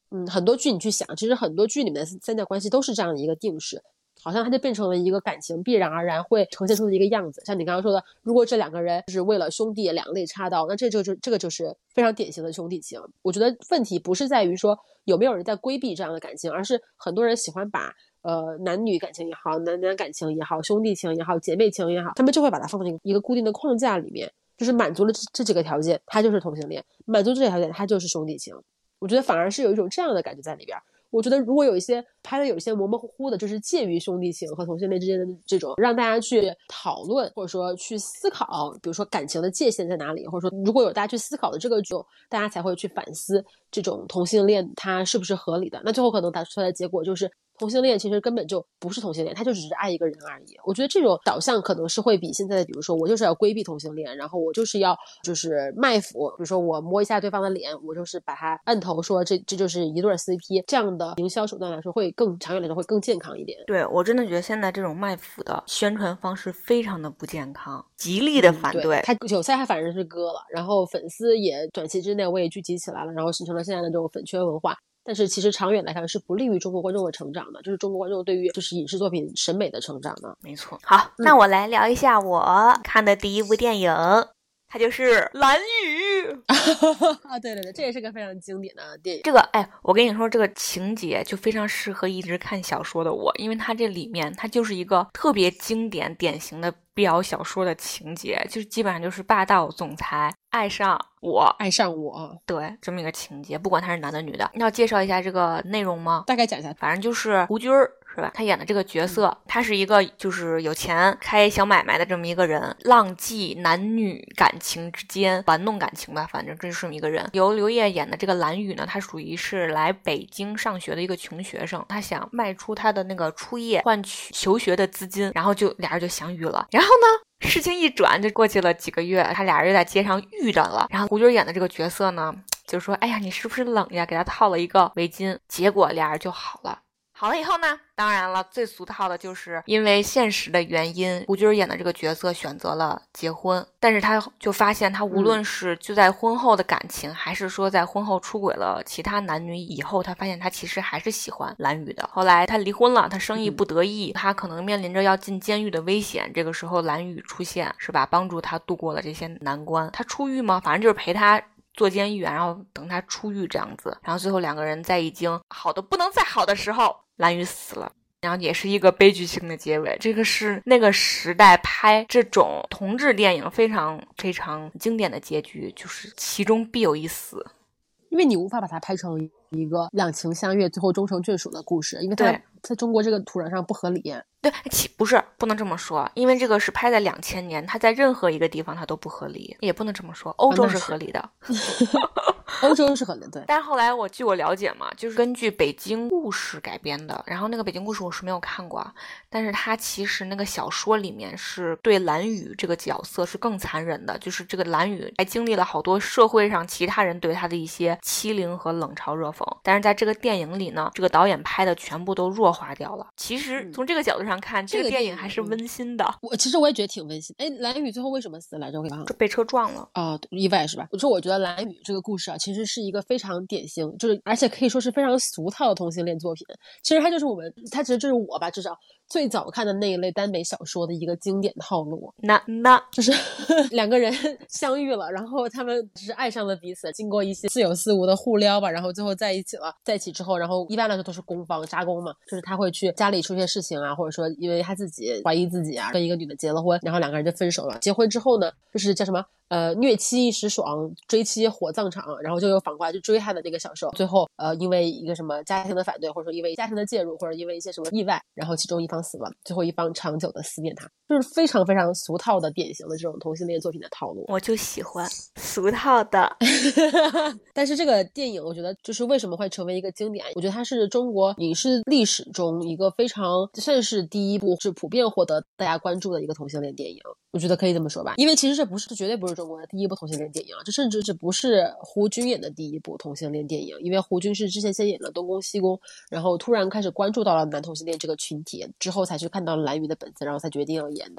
很多剧你去想，其实很多剧里面的三角关系都是这样的一个定式，好像它就变成了一个感情必然而然会呈现出的一个样子。像你刚刚说的，如果这两个人就是为了兄弟两肋插刀，那这个就是非常典型的兄弟情。我觉得问题不是在于说有没有人在规避这样的感情，而是很多人喜欢把男女感情也好，男男感情也好，兄弟情也好，姐妹情也好，他们就会把它放在一个固定的框架里面，就是满足了这几个条件，它就是同性恋；满足这些条件，它就是兄弟情。我觉得反而是有一种这样的感觉在里边。我觉得如果有一些拍的有一些模模糊糊的，就是介于兄弟情和同性恋之间的这种，让大家去讨论或者说去思考，比如说感情的界限在哪里，或者说如果有大家去思考的这个种，大家才会去反思这种同性恋它是不是合理的。那最后可能打出来的结果就是同性恋其实根本就不是同性恋，他就只是爱一个人而已。我觉得这种导向可能是会比现在的，比如说我就是要规避同性恋，然后我就是要就是卖腐，比如说我摸一下对方的脸，我就是把他按头说这就是一对 CP， 这样的营销手段来说会更长远来说会更健康一点。 对，我真的觉得现在这种卖腐的宣传方式非常的不健康，极力的反对。 他韭菜还反正是割了，然后粉丝也短期之内我也聚集起来了，然后形成了现在的这种粉圈文化。但是其实长远来看是不利于中国观众的成长的，就是中国观众对于就是影视作品审美的成长的。 没错。好，那我来聊一下我看的第一部电影，它就是《蓝宇》 啊，对，这也是个非常经典的电影。 这个，我跟你说，这个情节就非常适合一直看小说的我，因为它这里面它就是一个特别经典、典型的BL小说的情节，就是基本上就是霸道总裁爱上我， 对， 这么一个情节，不管他是男的女的。要介绍一下这个内容吗？ 大概讲一下。 反正就是胡军儿。是吧？他演的这个角色，他是一个就是有钱开小买卖的这么一个人，浪迹男女感情之间玩弄感情吧，反正这是这么一个人。由刘烨演的这个蓝宇呢，他属于是来北京上学的一个穷学生，他想卖出他的那个初夜换取求学的资金，然后俩人就相遇了。然后呢，事情一转就过去了几个月，他俩人就在街上遇到了。然后胡军演的这个角色呢，就说：“哎呀，你是不是冷呀？”给他套了一个围巾，结果俩人就好了。好了以后呢，当然了，最俗套的就是因为现实的原因，胡军演的这个角色选择了结婚，但是他就发现他无论是就在婚后的感情，还是说在婚后出轨了其他男女以后，他发现他其实还是喜欢蓝宇的。后来他离婚了，他生意不得意，他可能面临着要进监狱的危险，这个时候蓝宇出现，是吧？帮助他度过了这些难关。他出狱吗？反正就是陪他坐监狱，然后等他出狱这样子。然后最后两个人在已经好的不能再好的时候，蓝宇死了，然后也是一个悲剧性的结尾。这个是那个时代拍这种同志电影非常非常经典的结局，就是其中必有一死， 因为你无法把它拍成一个两情相悦最后终成眷属的故事，因为它在中国这个土壤上不合理。 对，不是不能这么说，因为这个是拍在2000年，它在任何一个地方它都不合理，也不能这么说，欧洲是合理的。 欧洲是合理的，对。 但是后来据我了解嘛，就是根据北京故事改编的，然后那个北京故事我是没有看过，但是它其实那个小说里面是对蓝宇这个角色是更残忍的，就是这个蓝宇还经历了好多社会上其他人对他的一些欺凌和冷嘲热讽，但是在这个电影里呢，这个导演拍的全部都弱化掉了。其实从这个角度上看，这个电影还是温馨的。 其实我也觉得挺温馨。蓝宇最后为什么死来着？ 就被车撞了。 意外是吧？我觉得蓝宇这个故事其实是一个非常典型，就是而且可以说是非常俗套的同性恋作品。其实它其实就是我吧，至少最早看的那一类耽美小说的一个经典套路。 那就是两个人相遇了，然后他们只是爱上了彼此，经过一些似有似无的互撩吧，然后最后在一起了。在一起之后，然后一般来说都是攻方渣攻嘛，就是他会去家里出些事情啊，或者说因为他自己怀疑自己啊，跟一个女的结了婚，然后两个人就分手了。结婚之后呢，就是叫什么虐妻一时爽，追妻火葬场，然后就有反过来去追他的那个小受，最后因为一个什么家庭的反对，或者说因为家庭的介入，或者因为一些什么意外，然后其中一方死了，最后一方长久的思念他，就是非常非常俗套的典型的这种同性恋作品的套路。 我就喜欢俗套的。 但是这个电影我觉得就是为什么会成为一个经典，我觉得它是中国影视历史中一个非常算是第一部是普遍获得大家关注的一个同性恋电影，我觉得可以这么说吧。因为其实这绝对不是中国的第一部同性恋电影，这甚至这不是胡军演的第一部同性恋电影，因为胡军是之前先演了东宫西宫，然后突然开始关注到了男同性恋这个群体之后才去看到了蓝宇的本子，然后才决定要演的。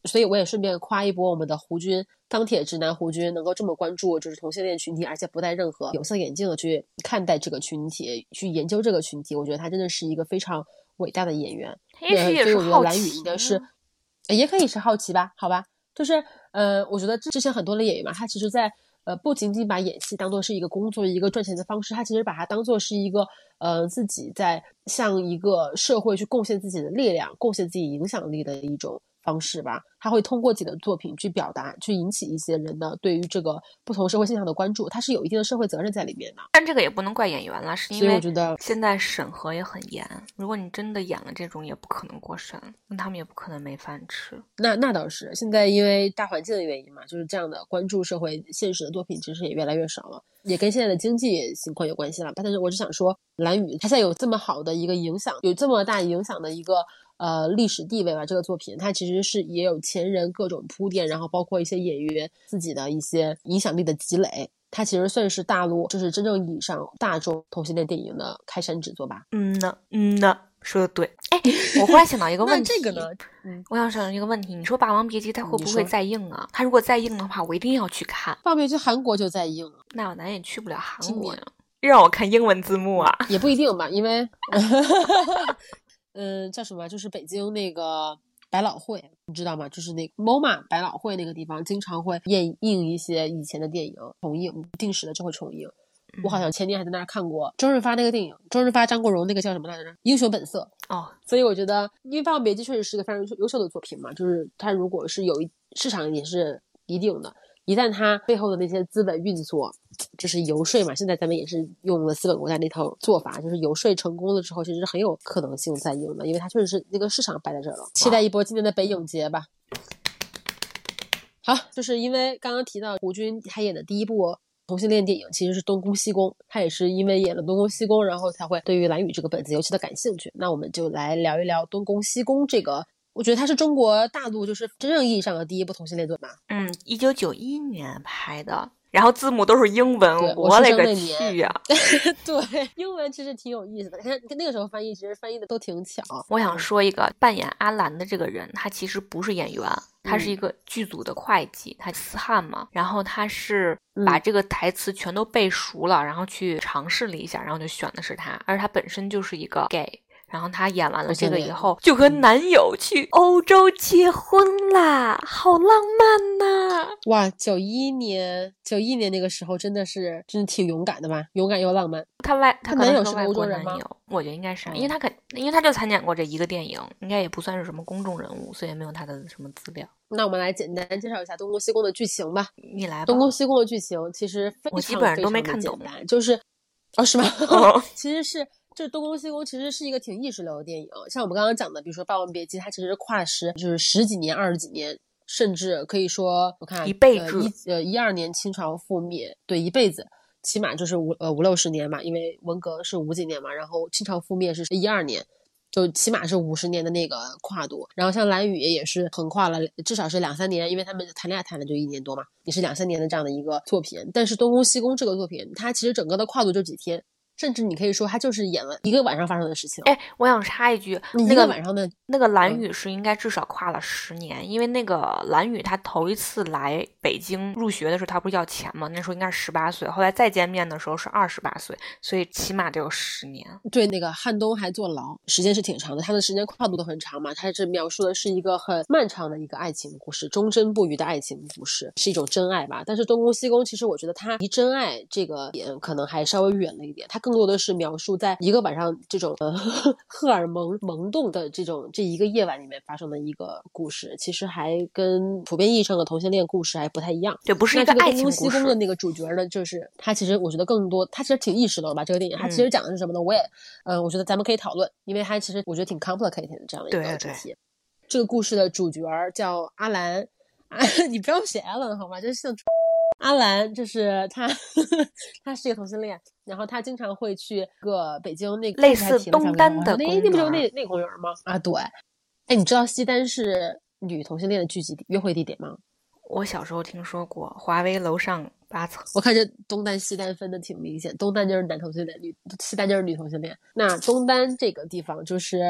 所以我也顺便夸一波我们的胡军，钢铁直男胡军能够这么关注就是同性恋群体，而且不戴任何有色眼镜的去看待这个群体，去研究这个群体，我觉得他真的是一个非常伟大的演员。 也许也是所以我觉得好蓝宇应该是也可以是好奇吧，好吧，就是我觉得之前很多的演员嘛，他其实在不仅仅把演戏当做是一个工作一个赚钱的方式，他其实把它当做是一个自己在向一个社会去贡献自己的力量，贡献自己影响力的一种方式吧。他会通过自己的作品去表达，去引起一些人的对于这个不同社会现象的关注，他是有一定的社会责任在里面的。 但这个也不能怪演员了，是因为我觉得现在审核也很严，如果你真的演了这种也不可能过审，那他们也不可能没饭吃。 那倒是，现在因为大环境的原因嘛，就是这样的关注社会现实的作品其实也越来越少了，也跟现在的经济情况有关系了。但是我只想说，蓝宇他现在有这么好的一个影响，有这么大影响的一个历史地位吧，这个作品它其实是也有前人各种铺垫，然后包括一些演员自己的一些影响力的积累，它其实算是大陆就是真正意义上大众同性恋电影的开山之作吧。 说的对。哎，我忽然想到一个问题那这个呢我想想一个问题，你说《霸王别姬》它会不会再映啊？它如果再映的话，我一定要去看。 《霸王别姬》韩国就在映了， 那咱也去不了韩国呀，让我看英文字幕啊？ 也不一定吧，因为叫什么，就是北京那个百老汇，你知道吗？就是那个 MoMA 百老汇那个地方经常会映一些以前的电影，重映，不定时的就会重映。我好像前年还在那儿看过周润发那个电影，周润发张国荣那个叫什么来着，英雄本色。所以我觉得因为《霸王别姬》确实是个非常优秀的作品嘛，就是它如果是有市场也是一定的，一旦它背后的那些资本运作就是游说嘛，现在咱们也是用了资本国家那套做法，就是游说成功了之后其实很有可能性再映的，因为它确实是那个市场摆在这儿了。期待一波今年的北影节吧。好，就是因为刚刚提到胡军他演的第一部同性恋电影其实是东宫西宫，他也是因为演了东宫西宫然后才会对于蓝宇这个本子尤其的感兴趣。那我们就来聊一聊东宫西宫这个，我觉得它是中国大陆就是真正意义上的第一部同性恋作品吧。 1991年拍的，然后字幕都是英文， 我勒个去呀！ 对，英文其实挺有意思的，看那个时候翻译其实翻译的都挺巧。 我想说一个扮演阿兰的这个人，他其实不是演员，他是一个剧组的会计，他思汉嘛，然后他是把这个台词全都背熟了，然后去尝试了一下，然后就选的是他，而他本身就是一个 gay。然后她演完了这个以后，就和男友去欧洲结婚啦，好浪漫呐！ 哇，91年那个时候真的挺勇敢的吧，勇敢又浪漫。 她男友是欧洲人吗？ 我觉得应该是，因为他就参演过这一个电影，应该也不算是什么公众人物，所以也没有他的什么资料。 那我们来简单介绍一下东宫西宫的剧情吧。 你来吧。 东宫西宫的剧情其实非常我基本上都没看懂， 就是是吗？其实是这东宫西宫其实是一个挺意识流的电影，像我们刚刚讲的，比如说《霸王别姬》，它其实跨时就是10几年、20几年，甚至可以说我看一辈子 ，12年清朝覆灭，对，一辈子，起码就是五六十年吧，因为文革是50几年嘛，然后清朝覆灭是12年。就起码是50年的那个跨度，然后像蓝宇也是横跨了至少是2-3年，因为他们谈恋爱谈了就1年多嘛，也是2-3年的这样的一个作品。但是东宫西宫这个作品，它其实整个的跨度就几天，甚至你可以说它就是演了一个晚上发生的事情。 哎，我想插一句， 一个晚上的那个蓝宇是应该至少跨了10年，因为那个蓝宇他头一次来北京入学的时候，他不是要钱吗？那时候应该是18岁，后来再见面的时候是28岁，所以起码得有10年。 对，那个汉东还坐牢，时间是挺长的，他的时间跨度都很长嘛。他这描述的是一个很漫长的一个爱情故事，终身不渝的爱情故事，是一种真爱吧。但是东宫西宫其实我觉得他离真爱这个点可能还稍微远了一点，他更多的是描述在一个晚上这种荷尔蒙萌动的这一个夜晚里面发生的一个故事，其实还跟普遍意义上的同性恋故事还不太一样。 对，不是一个爱情故事。 东宫西宫的那个主角呢，就是他其实我觉得更多，他其实挺意识到吧，这个电影他其实讲的是什么呢？我也我觉得咱们可以讨论，因为他其实我觉得挺 complicated 的这样的一个主题。这个故事的主角叫阿兰，你不要写 Alan 好吗？就是姓阿兰，就是他他是一个同性恋，然后他经常会去个北京那个类似东单的公园， 那不就那公园吗？啊，对。哎，你知道西单是女同性恋的聚集约会地点吗？ 我小时候听说过，华为楼上8层。 我看这东单西单分的挺明显，东单就是男同性恋，西单就是女同性恋。那东单这个地方就是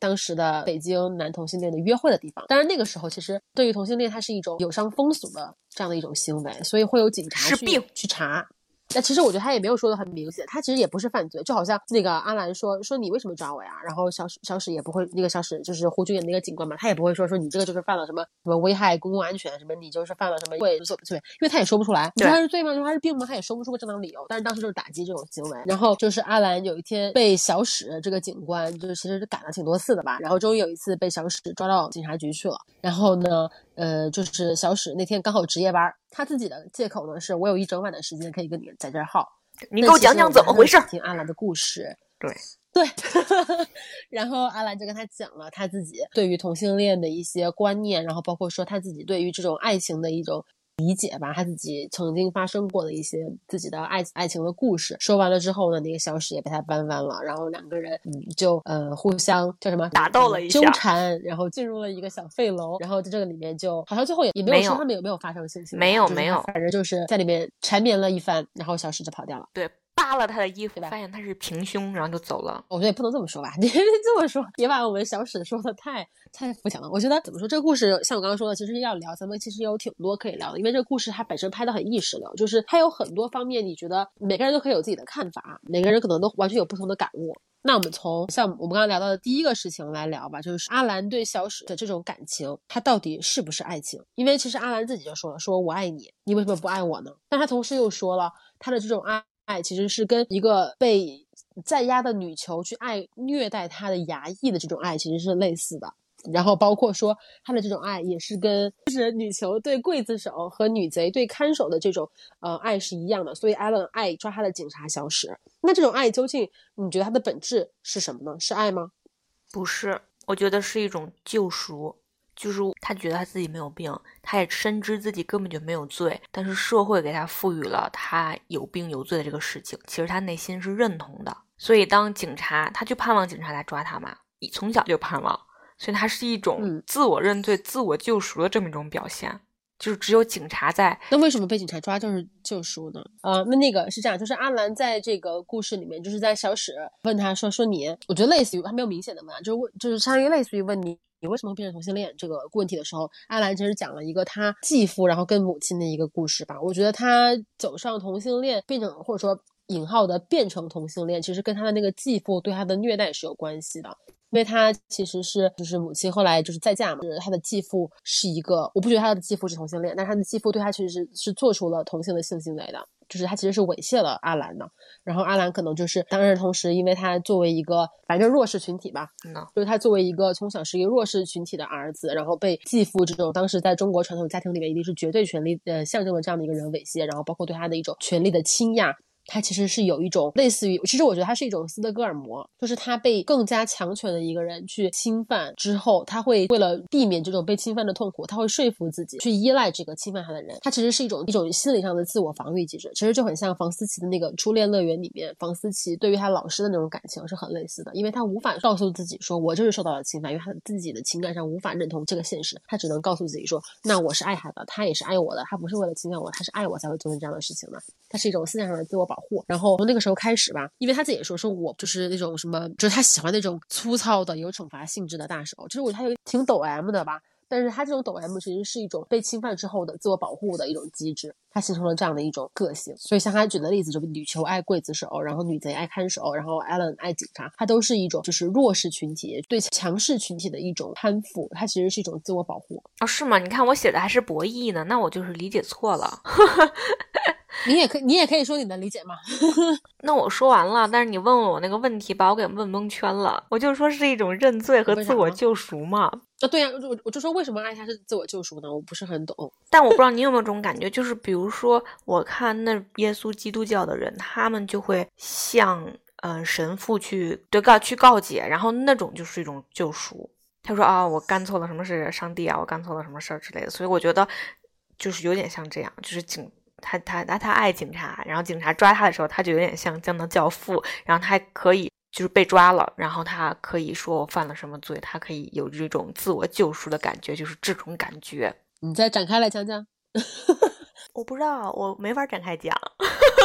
当时的北京男同性恋的约会的地方。当然那个时候其实对于同性恋它是一种有伤风俗的这样的一种行为，所以会有警察去查。那其实我觉得他也没有说的很明显，他其实也不是犯罪，就好像那个阿兰说你为什么抓我呀？然后小史也不会，那个小史就是胡军演那个警官嘛，他也不会说你这个就是犯了什么危害公共安全，什么你就是犯了什么罪，因为他也说不出来，你说他是罪吗？你说他是病吗？他也说不出个正当理由。但是当时就是打击这种行为，然后就是阿兰有一天被小史这个警官就是其实赶了挺多次的吧，然后终于有一次被小史抓到警察局去了，然后呢就是小史那天刚好值夜班，他自己的借口呢是我有一整晚的时间可以跟你在这儿耗， 你给我讲讲怎么回事， 听阿兰的故事。 对然后阿兰就跟他讲了他自己对于同性恋的一些观念，然后包括说他自己对于这种爱情的一种理解吧，他自己曾经发生过的一些自己的爱情的故事。说完了之后呢，那个小史也被他扳弯了，然后两个人就互相叫什么打斗了一下， 纠缠，然后进入了一个小废楼，然后在这个里面就好像最后也没有说他们有没有发生性行为， 没有， 反正就是在里面缠绵了一番，然后小史就跑掉了。 对，扒了他的衣服，发现他是平胸，然后就走了。 我觉得也不能这么说吧，你这么说也把我们小史说的太肤浅了。我觉得怎么说，这个故事像我刚刚说的，其实要聊咱们其实有挺多可以聊的，因为这个故事它本身拍的很意识流，就是它有很多方面，你觉得每个人都可以有自己的看法，每个人可能都完全有不同的感悟。那我们从像我们刚刚聊到的第一个事情来聊吧，就是阿兰对小史的这种感情，他到底是不是爱情？因为其实阿兰自己就说了，说我爱你，你为什么不爱我呢？但他同时又说了，他的这种爱其实是跟一个被在押的女囚去虐待他的衙役的这种爱其实是类似的。然后包括说他的这种爱也是跟就是女囚对刽子手和女贼对看守的这种爱是一样的，所以 Alan 爱抓他的警察小史。那这种爱究竟你觉得它的本质是什么呢？是爱吗？ 不是，我觉得是一种救赎，就是他觉得他自己没有病，他也深知自己根本就没有罪，但是社会给他赋予了他有病有罪的这个事情，其实他内心是认同的。所以当警察，他就盼望警察来抓他嘛，从小就盼望，所以他是一种自我认罪、自我救赎的这么一种表现。就是只有警察在。 那为什么被警察抓就是救赎呢？那个是这样，就是阿兰在这个故事里面，就是在小史问他说你，我觉得类似于他没有明显的问，就是相当于类似于问你为什么会变成同性恋这个问题的时候，阿兰其实讲了一个他继父然后跟母亲的一个故事吧。我觉得他走上同性恋变成或者说引号的变成同性恋，其实跟他的那个继父对他的虐待是有关系的。因为他其实是就是母亲后来就是再嫁嘛，就是他的继父是一个，我不觉得他的继父是同性恋，但他的继父对他其实是做出了同性的性行为的，就是他其实是猥亵了阿兰的。然后阿兰可能就是当然同时因为他作为一个反正弱势群体吧，就是他作为一个从小是一个弱势群体的儿子，然后被继父这种当时在中国传统家庭里面一定是绝对权力象征的这样的一个人猥亵，然后包括对他的一种权力的倾轧，他其实是有一种类似于，其实我觉得他是一种斯德哥尔摩，就是他被更加强权的一个人去侵犯之后，他会为了避免这种被侵犯的痛苦，他会说服自己去依赖这个侵犯他的人。他其实是一种心理上的自我防御机制，其实就很像房思琪的那个初恋乐园里面，房思琪对于他老师的那种感情是很类似的，因为他无法告诉自己说我就是受到了侵犯，因为他自己的情感上无法认同这个现实，他只能告诉自己说那我是爱他的，他也是爱我的，他不是为了侵犯我，他是爱我才会做成这样的事情的。他是一种思想上的自我保护。然后从那个时候开始吧，因为他自己也说我就是那种什么，就是他喜欢那种粗糙的有惩罚性质的大手，就是我觉得他有挺抖 M 的吧，但是他这种抖 M 其实是一种被侵犯之后的自我保护的一种机制，他形成了这样的一种个性。所以像他举的例子，就女囚爱刽子手，然后女贼爱看守，然后 Alan 爱警察，他都是一种就是弱势群体对强势群体的一种攀附，他其实是一种自我保护。 哦，是吗？你看我写的还是博弈呢，那我就是理解错了。 你也可以说你的理解嘛。 那我说完了，但是你问我那个问题把我给问蒙圈了。我就说是一种认罪和自我救赎嘛。 对呀，我就说为什么爱他是自我救赎呢？我不是很懂。 但我不知道你有没有这种感觉，就是比如说我看那耶稣基督教的人，他们就会向神父去告解，然后那种就是一种救赎。他说我干错了什么事，上帝啊，我干错了什么事儿之类的。所以我觉得就是有点像这样，就是他爱警察，然后警察抓他的时候，他就有点像这样的教父，然后他还可以就是被抓了，然后他可以说我犯了什么罪，他可以有这种自我救赎的感觉，就是这种感觉。 你再展开来讲讲。 我不知道，我没法展开讲。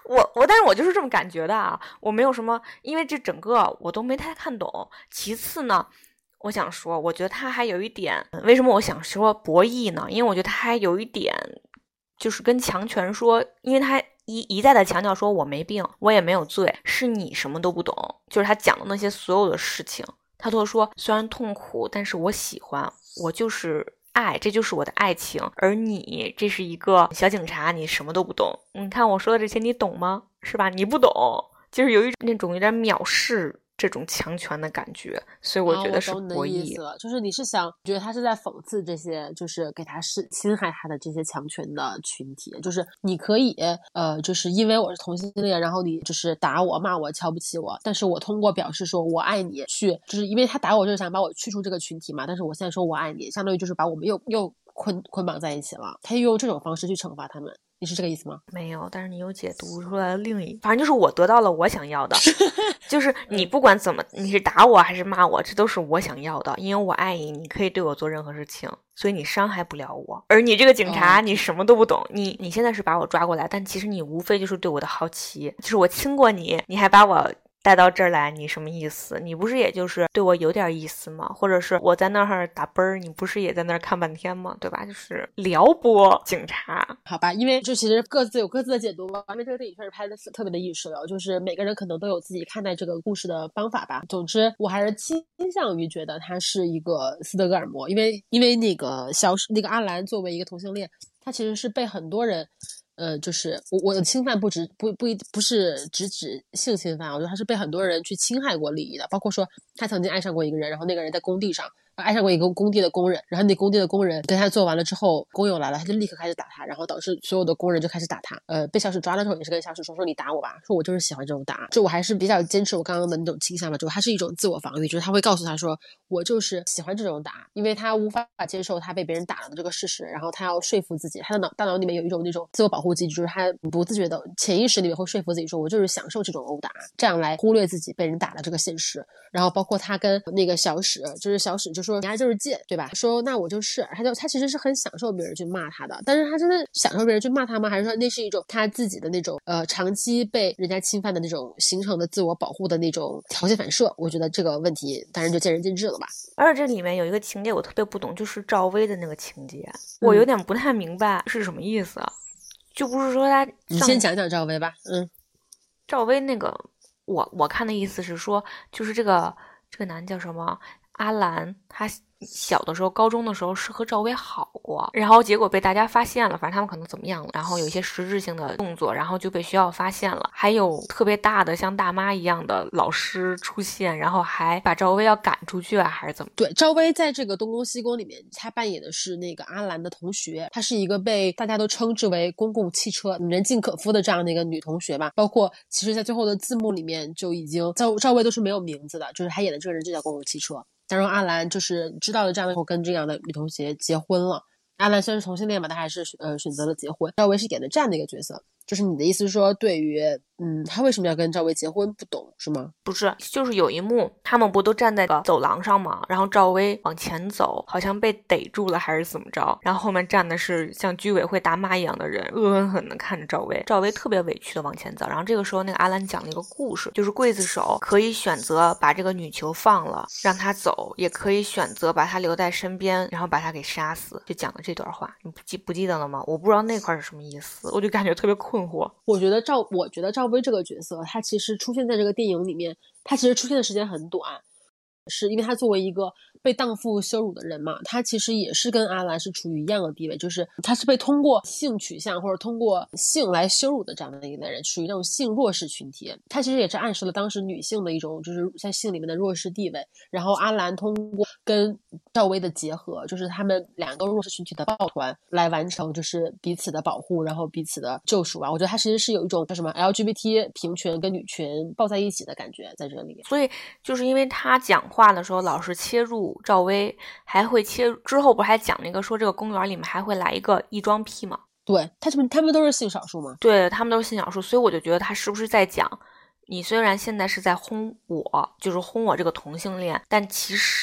但是我就是这么感觉的啊，我没有什么，因为这整个我都没太看懂。其次呢，我想说，我觉得他还有一点，为什么我想说博弈呢？因为我觉得他还有一点，就是跟强权说，因为他一再的强调说我没病，我也没有罪，是你什么都不懂，就是他讲的那些所有的事情，他都说虽然痛苦，但是我喜欢，我就是爱，这就是我的爱情，而你这是一个小警察，你什么都不懂。你看我说的这些你懂吗？是吧？你不懂，就是有一种那种有点藐视这种强权的感觉，所以我觉得是博弈。 我懂你的意思了，就是你是想觉得他是在讽刺这些就是给他侵害他的这些强权的群体，就是你可以就是因为我是同性恋，然后你就是打我骂我瞧不起我，但是我通过表示说我爱你去，就是因为他打我就是想把我驱除这个群体嘛，但是我现在说我爱你，相当于就是把我们又捆绑在一起了，他又用这种方式去惩罚他们。你是这个意思吗？ 没有，但是你又解读出来了另一，反正就是我得到了我想要的，就是你不管怎么，你是打我还是骂我，这都是我想要的，因为我爱你，你可以对我做任何事情，所以你伤害不了我。而你这个警察，你什么都不懂，你现在是把我抓过来，但其实你无非就是对我的好奇，就是我亲过你，你还把我带到这儿来，你什么意思？你不是也就是对我有点意思吗？或者是我在那儿打啵儿，你不是也在那儿看半天吗？对吧？就是撩拨警察， 好吧，因为就其实各自有各自的解读吧。因为这个电影确实拍的特别的意识流，就是每个人可能都有自己看待这个故事的方法吧。总之，我还是倾向于觉得他是一个斯德哥尔摩，因为那个阿兰作为一个同性恋，他其实是被很多人。就是我的侵犯不是只指性侵犯，我觉得他是被很多人去侵害过利益的，包括说他曾经爱上过一个人，然后那个人在工地上爱上过一个工地的工人，然后那工地的工人跟他做完了之后，工友来了，他就立刻开始打他，然后导致所有的工人就开始打他。被小史抓的时候也是跟小史说你打我吧，说我就是喜欢这种打，就我还是比较坚持我刚刚的那种倾向吧，就他是一种自我防御，就是他会告诉他说我就是喜欢这种打，因为他无法接受他被别人打了的这个事实，然后他要说服自己，他的大脑里面有一种那种自我保护机制，就是他不自觉的潜意识里面会说服自己说我就是享受这种殴打，这样来忽略自己被人打的这个现实。然后包括他跟那个小史，就是小史就说你还就是贱，对吧？说那我就是他其实是很享受别人去骂他的，但是他真的享受别人去骂他吗？还是说那是一种他自己的那种长期被人家侵犯的那种形成的自我保护的那种条件反射？我觉得这个问题当然就见仁见智了吧。 而且这里面有一个情节我特别不懂，就是赵薇的那个情节，我有点不太明白是什么意思啊。就不是说他， 你先讲讲赵薇吧。 赵薇那个我看的意思是说，就是这个男叫什么阿兰，他小的时候高中的时候是和赵薇好过，然后结果被大家发现了，反正他们可能怎么样了，然后有一些实质性的动作，然后就被学校发现了，还有特别大的像大妈一样的老师出现，然后还把赵薇要赶出去啊，还是怎么？ 对，赵薇在这个东宫西宫里面，她扮演的是那个阿兰的同学，她是一个被大家都称之为公共汽车人尽可夫的这样的一个女同学吧。包括其实在最后的字幕里面就已经赵薇都是没有名字的，就是她演的这个人就叫公共汽车。当然阿兰就是知道了这样的后跟这样的女同学结婚了。阿兰虽然是同性恋嘛，他还是选择了结婚。赵薇是演的这样的一个角色，就是你的意思是说对于他为什么要跟赵薇结婚不懂是吗？ 不是，就是有一幕他们不都站在走廊上吗？然后赵薇往前走，好像被逮住了还是怎么着，然后后面站的是像居委会大妈一样的人，恶狠狠地看着赵薇。赵薇特别委屈的往前走，然后这个时候那个阿兰讲了一个故事，就是刽子手可以选择把这个女囚放了让她走，也可以选择把她留在身边然后把她给杀死，就讲了这段话。你不记得了吗？我不知道那块是什么意思，我就感觉特别困惑。 我觉得赵薇这个角色，她其实出现在这个电影里面，她其实出现的时间很短，是因为她作为一个被荡妇羞辱的人嘛，她其实也是跟阿兰是处于一样的地位，就是她是被通过性取向或者通过性来羞辱的这样的一类人，属于那种性弱势群体。她其实也是暗示了当时女性的一种就是在性里面的弱势地位。然后阿兰通过跟赵薇的结合，就是他们两个弱势群体的抱团来完成就是彼此的保护，然后彼此的救赎吧。我觉得他其实是有一种叫什么 LGBT 平权跟女权抱在一起的感觉在这里。 所以就是因为他讲话的时候老是切入赵薇，还会切入之后不还讲那个说这个公园里面还会来一个异装癖吗？ 对，他们都是性少数吗？ 对，他们都是性少数，所以我就觉得他是不是在讲你虽然现在是在轰我，就是轰我这个同性恋，但其实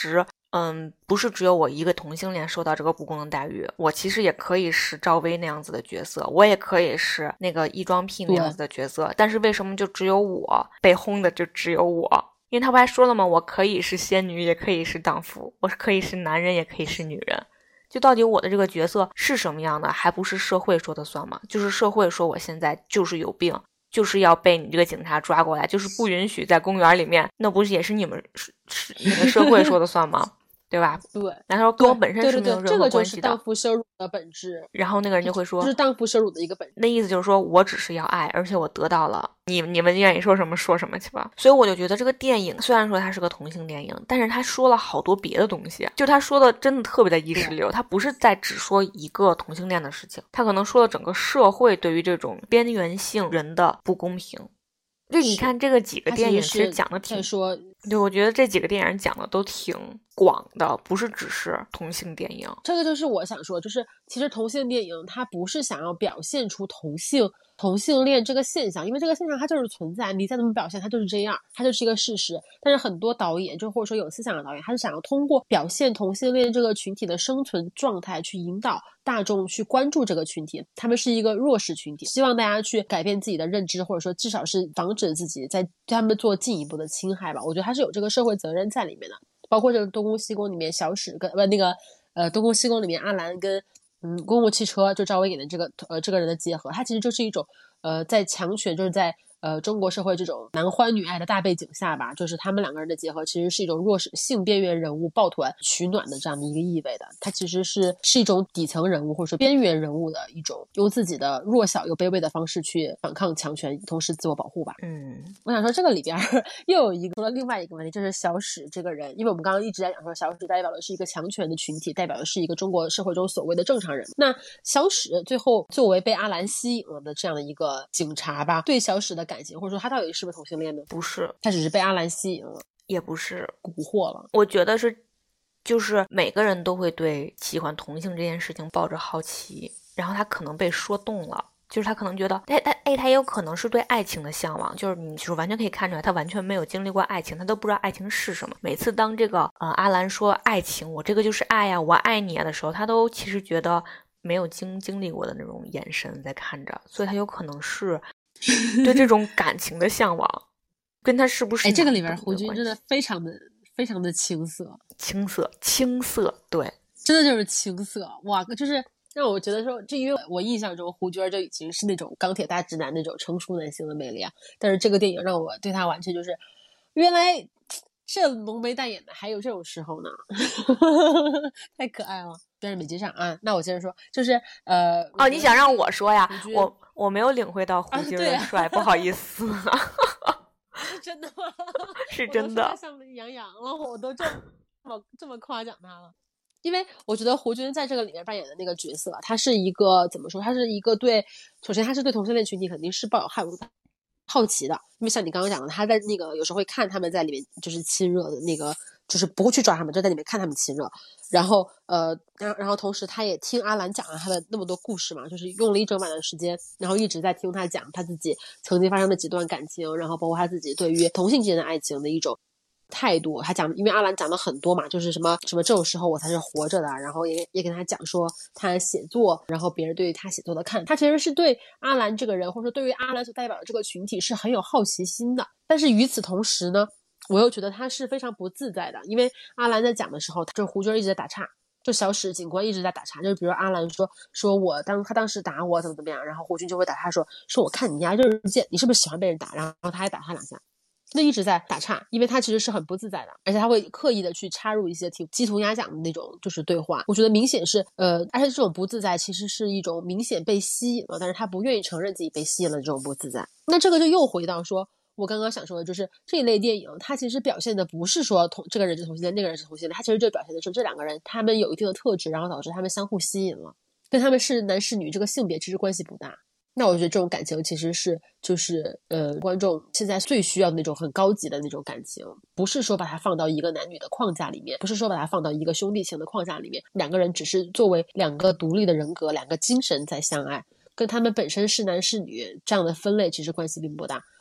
不是只有我一个同性恋受到这个不公的待遇，我其实也可以是赵薇那样子的角色，我也可以是那个异装癖那样子的角色，但是为什么就只有我被轰的就只有我？因为他不还说了吗？我可以是仙女，也可以是荡妇，我可以是男人，也可以是女人。就到底我的这个角色是什么样的，还不是社会说的算吗？就是社会说我现在就是有病，就是要被你这个警察抓过来，就是不允许在公园里面，那不是也是你们那个社会说的算吗？对吧？ 对， 然后跟我本身是没有任何关系的。 这个就是荡妇羞辱的本质。 然后那个人就会说， 这是荡妇羞辱的一个本质。 那意思就是说我只是要爱，而且我得到了，你们愿意说什么说什么去吧。所以我就觉得这个电影虽然说它是个同性电影，但是他说了好多别的东西，就他说的真的特别的意识流，他不是在只说一个同性恋的事情，他可能说了整个社会对于这种边缘性人的不公平。就你看这个几个电影其实讲的挺说， 对，我觉得这几个电影讲的都挺广的，不是只是同性电影。 这个就是我想说，就是其实同性电影它不是想要表现出同性恋这个现象，因为这个现象它就是存在，你再怎么表现它就是这样，它就是一个事实。但是很多导演就或者说有思想的导演，他是想要通过表现同性恋这个群体的生存状态去引导大众去关注这个群体，他们是一个弱势群体，希望大家去改变自己的认知，或者说至少是防止自己在对他们做进一步的侵害吧。我觉得他是有这个社会责任在里面的。包括这个东宫西宫里面小史跟东宫西宫里面阿兰跟公共汽车就赵薇演的这个人的结合，它其实就是一种在强权就是在中国社会这种男欢女爱的大背景下吧，就是他们两个人的结合其实是一种弱势性边缘人物抱团取暖的这样的一个意味的。它其实是一种底层人物或者说边缘人物的一种用自己的弱小又卑微的方式去反抗强权，同时自我保护吧。我想说这个里边又有一个另外一个问题，就是小史这个人，因为我们刚刚一直在讲说小史代表的是一个强权的群体，代表的是一个中国社会中所谓的正常人。那小史最后作为被阿兰吸引了的这样的一个警察吧，对小史的感情，或者说他到底是不是同性恋呢？ 不是， 他只是被阿兰吸引了， 也不是蛊惑了。 我觉得就是每个人都会对喜欢同性这件事情抱着好奇，然后他可能被说动了，就是他可能觉得他也有可能是对爱情的向往，就是你就是完全可以看出来他完全没有经历过爱情，他都不知道爱情是什么。每次当这个阿兰说爱情，我这个就是爱呀，我爱你啊的时候，他都其实觉得没有经历过的那种眼神在看着，所以他有可能是对这种感情的向往跟他是不是这个里面胡军真的非常的青涩， 对， 真的就是青涩。哇，就是让我觉得说，这因为我印象中胡军就已经是那种钢铁大直男那种成熟男性的魅力啊，但是这个电影让我对他完全就是原来这浓眉淡眼的还有这种时候呢太可爱了。但是没接上啊，那我接着说，就是你想让我说呀？我没有领会到胡军的帅，不好意思是真的吗？ 是真的。 像杨洋了，我都这么夸奖他了。因为我觉得胡军在这个里面扮演的那个角色，他是一个怎么说？他是一个首先他是对同性恋群体肯定是抱有好奇的，因为像你刚刚讲的，他在那个有时候会看他们在里面就是亲热的那个，就是不会去抓他们，就在里面看他们亲热。然后然后同时他也听阿兰讲了他的那么多故事嘛，就是用了一整晚的时间，然后一直在听他讲他自己曾经发生的几段感情，然后包括他自己对于同性间的爱情的一种态度。他讲，因为阿兰讲了很多嘛，就是什么这种时候我才是活着的，然后也跟他讲说他写作，然后别人对于他写作的看，他其实是对阿兰这个人，或者说对于阿兰所代表的这个群体是很有好奇心的。但是与此同时呢，我又觉得他是非常不自在的，因为阿兰在讲的时候，就胡军一直在打岔，就小史警官一直在打岔，就是比如阿兰说我他当时打我怎么样，然后胡军就会打他说我看你呀就是贱，你是不是喜欢被人打，然后他还打他2下。那一直在打岔，因为他其实是很不自在的，而且他会刻意的去插入一些挺鸡同鸭讲的那种就是对话。我觉得明显是而且这种不自在其实是一种明显被吸引了，但是他不愿意承认自己被吸引了这种不自在。那这个就又回到说我刚刚想说的，就是这一类电影它其实表现的不是说这个人是同性恋那个人是同性恋，它其实就表现的是这两个人他们有一定的特质，然后导致他们相互吸引了，跟他们是男是女这个性别其实关系不大。那我觉得这种感情其实是就是观众现在最需要的那种很高级的那种感情，不是说把它放到一个男女的框架里面，不是说把它放到一个兄弟情的框架里面，两个人只是作为两个独立的人格，两个精神在相爱，跟他们本身是男是女这样的分类其实关系并不大。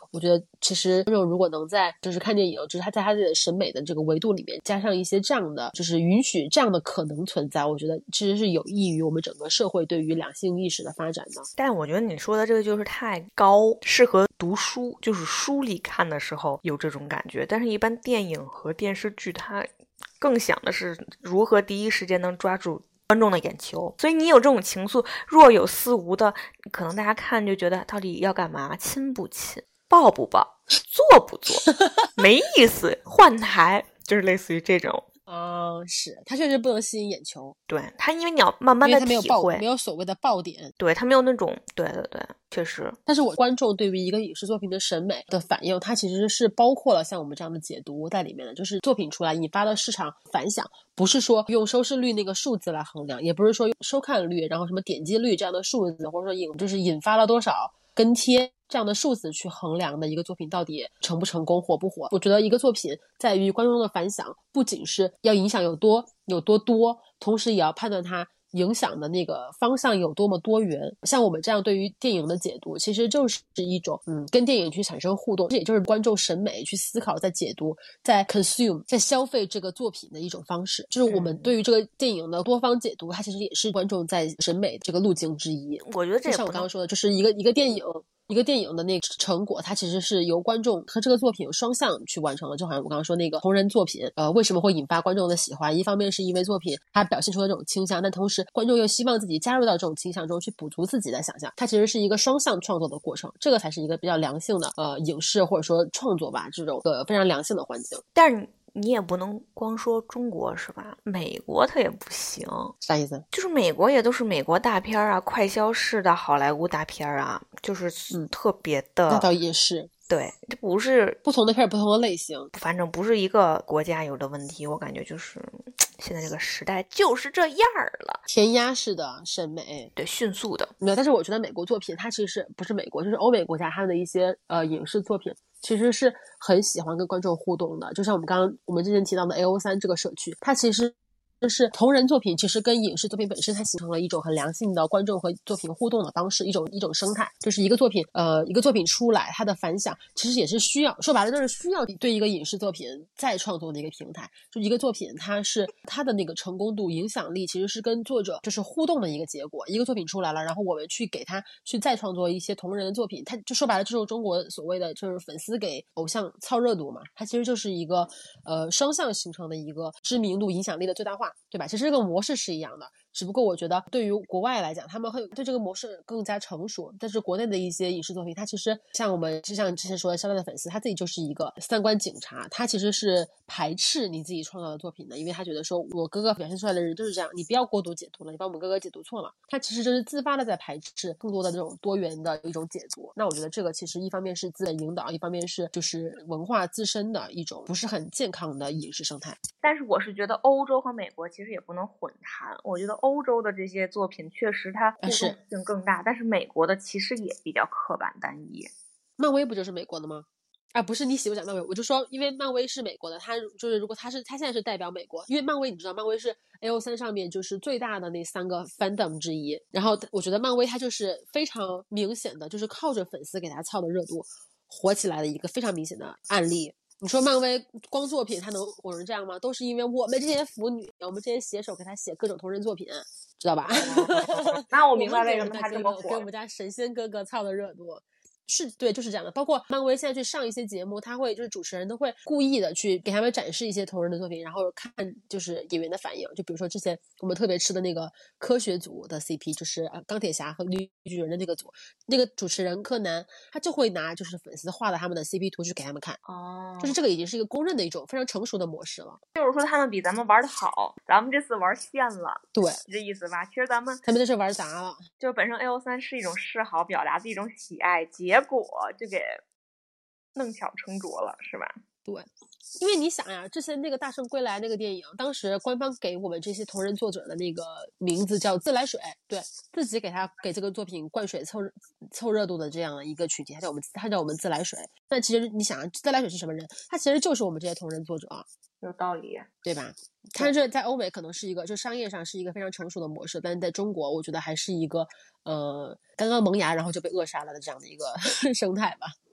我觉得其实观众如果能在就是看电影，就是他在他自己的审美的这个维度里面加上一些这样的，就是允许这样的可能存在，我觉得其实是有益于我们整个社会对于两性意识的发展的。 但我觉得你说的这个就是太高，适合读书，就是书里看的时候有这种感觉，但是一般电影和电视剧它更想的是如何第一时间能抓住观众的眼球，所以你有这种情愫，若有似无的，可能大家看就觉得到底要干嘛，亲不亲，抱不抱，做不做，没意思，换台，就是类似于这种。 是它确实不能吸引眼球， 对它，因为你要慢慢的体会， 没有所谓的爆点， 对它没有那种，对，确实。 但是我观众对于一个影视作品的审美的反应，它其实是包括了像我们这样的解读在里面的，就是作品出来引发的市场反响，不是说用收视率那个数字来衡量，也不是说用收看率，然后什么点击率这样的数字，或者说就是引发了多少跟贴这样的数字去衡量的一个作品到底成不成功火不火。我觉得一个作品在于观众的反响，不仅是要影响有多多，同时也要判断它影响的那个方向有多么多元。像我们这样对于电影的解读，其实就是一种跟电影去产生互动，这也就是观众审美去思考，在解读，在 consume， 在消费这个作品的一种方式。就是我们对于这个电影的多方解读，它其实也是观众在审美这个路径之一。 我觉得这就像我刚刚说的，就是一个电影。一个电影的那个成果，它其实是由观众和这个作品有双向去完成的。就好像我刚刚说那个同人作品，为什么会引发观众的喜欢？一方面是因为作品它表现出了这种倾向，但同时观众又希望自己加入到这种倾向中去补足自己的想象。它其实是一个双向创作的过程，这个才是一个比较良性的影视或者说创作吧，这种非常良性的环境。 但是你也不能光说中国是吧？美国它也不行。 啥意思？ 就是美国也都是美国大片啊，快消式的好莱坞大片啊，就是特别的。 那倒也是。 对，这不是不同的片儿不同的类型， 反正不是一个国家有的问题。我感觉就是现在这个时代就是这样了， 填鸭式的审美， 对，迅速的。 没有，但是我觉得美国作品它其实不是美国，就是欧美国家它的一些影视作品其实是很喜欢跟观众互动的。就像我们之前提到的 AO3 这个社区，它其实就是同人作品其实跟影视作品本身它形成了一种很良性的观众和作品互动的方式，一种生态。就是一个作品出来，它的反响其实也是需要，说白了就是需要对一个影视作品再创作的一个平台。就一个作品它的那个成功度影响力其实是跟作者就是互动的一个结果。一个作品出来了，然后我们去给它去再创作一些同人的作品，它就说白了就是中国所谓的就是粉丝给偶像蹭热度嘛，它其实就是一个双向形成的一个知名度影响力的最大化，对吧？其实这个模式是一样的，只不过我觉得对于国外来讲，他们会对这个模式更加成熟。但是国内的一些影视作品，它其实像我们就像之前说的肖战的粉丝，他自己就是一个三观警察，他其实是排斥你自己创造的作品的，因为他觉得说我哥哥表现出来的人就是这样，你不要过度解读了，你把我们哥哥解读错了。他其实就是自发的在排斥更多的这种多元的一种解读。那我觉得这个其实一方面是资本引导，一方面是就是文化自身的一种不是很健康的影视生态。 但是我是觉得欧洲和美国其实也不能混谈，我觉得欧洲的这些作品确实它互动性更大，但是美国的其实也比较刻板单一。 漫威不就是美国的吗？啊，不是你喜欢讲漫威，我就说因为漫威是美国的，它就是如果它现在是代表美国，因为漫威你知道漫威是 AO3 上面就是最大的那3个 fandom 之一，然后我觉得漫威它就是非常明显的就是靠着粉丝给它蹭的热度火起来的一个非常明显的案例。你说漫威光作品它能火成这样吗？都是因为我们这些腐女，我们这些写手给他写各种同人作品，知道吧？ 那我明白为什么他这么火， 给我们家神仙哥哥蹭的热度。是对，就是这样的。包括漫威现在去上一些节目，他会就是主持人都会故意的去给他们展示一些同人的作品，然后看就是演员的反应。就比如说之前我们特别吃的那个科学组的 CP，就是钢铁侠和绿巨人的那个组，那个主持人柯南他就会拿就是粉丝画的他们的 CP 图去给他们看。就是这个已经是一个公认的一种非常成熟的模式了。 就是说他们比咱们玩的好，咱们这次玩线了， 对， 这意思吧？其实他们这次玩砸了。 就是本身 AO3 是一种示好，表达的一种喜爱，结果就给弄巧成拙了，是吧？ 对，因为你想呀，之前那个《大圣归来》那个电影，当时官方给我们这些同人作者的那个名字叫自来水，对，自己给这个作品灌水凑热度的这样的一个群体，他叫我们自来水。但其实你想，自来水是什么人？他其实就是我们这些同人作者。 有道理， 对吧？但是在欧美可能是一个就商业上是一个非常成熟的模式，但是在中国我觉得还是一个刚刚萌芽然后就被扼杀了的这样的一个生态吧。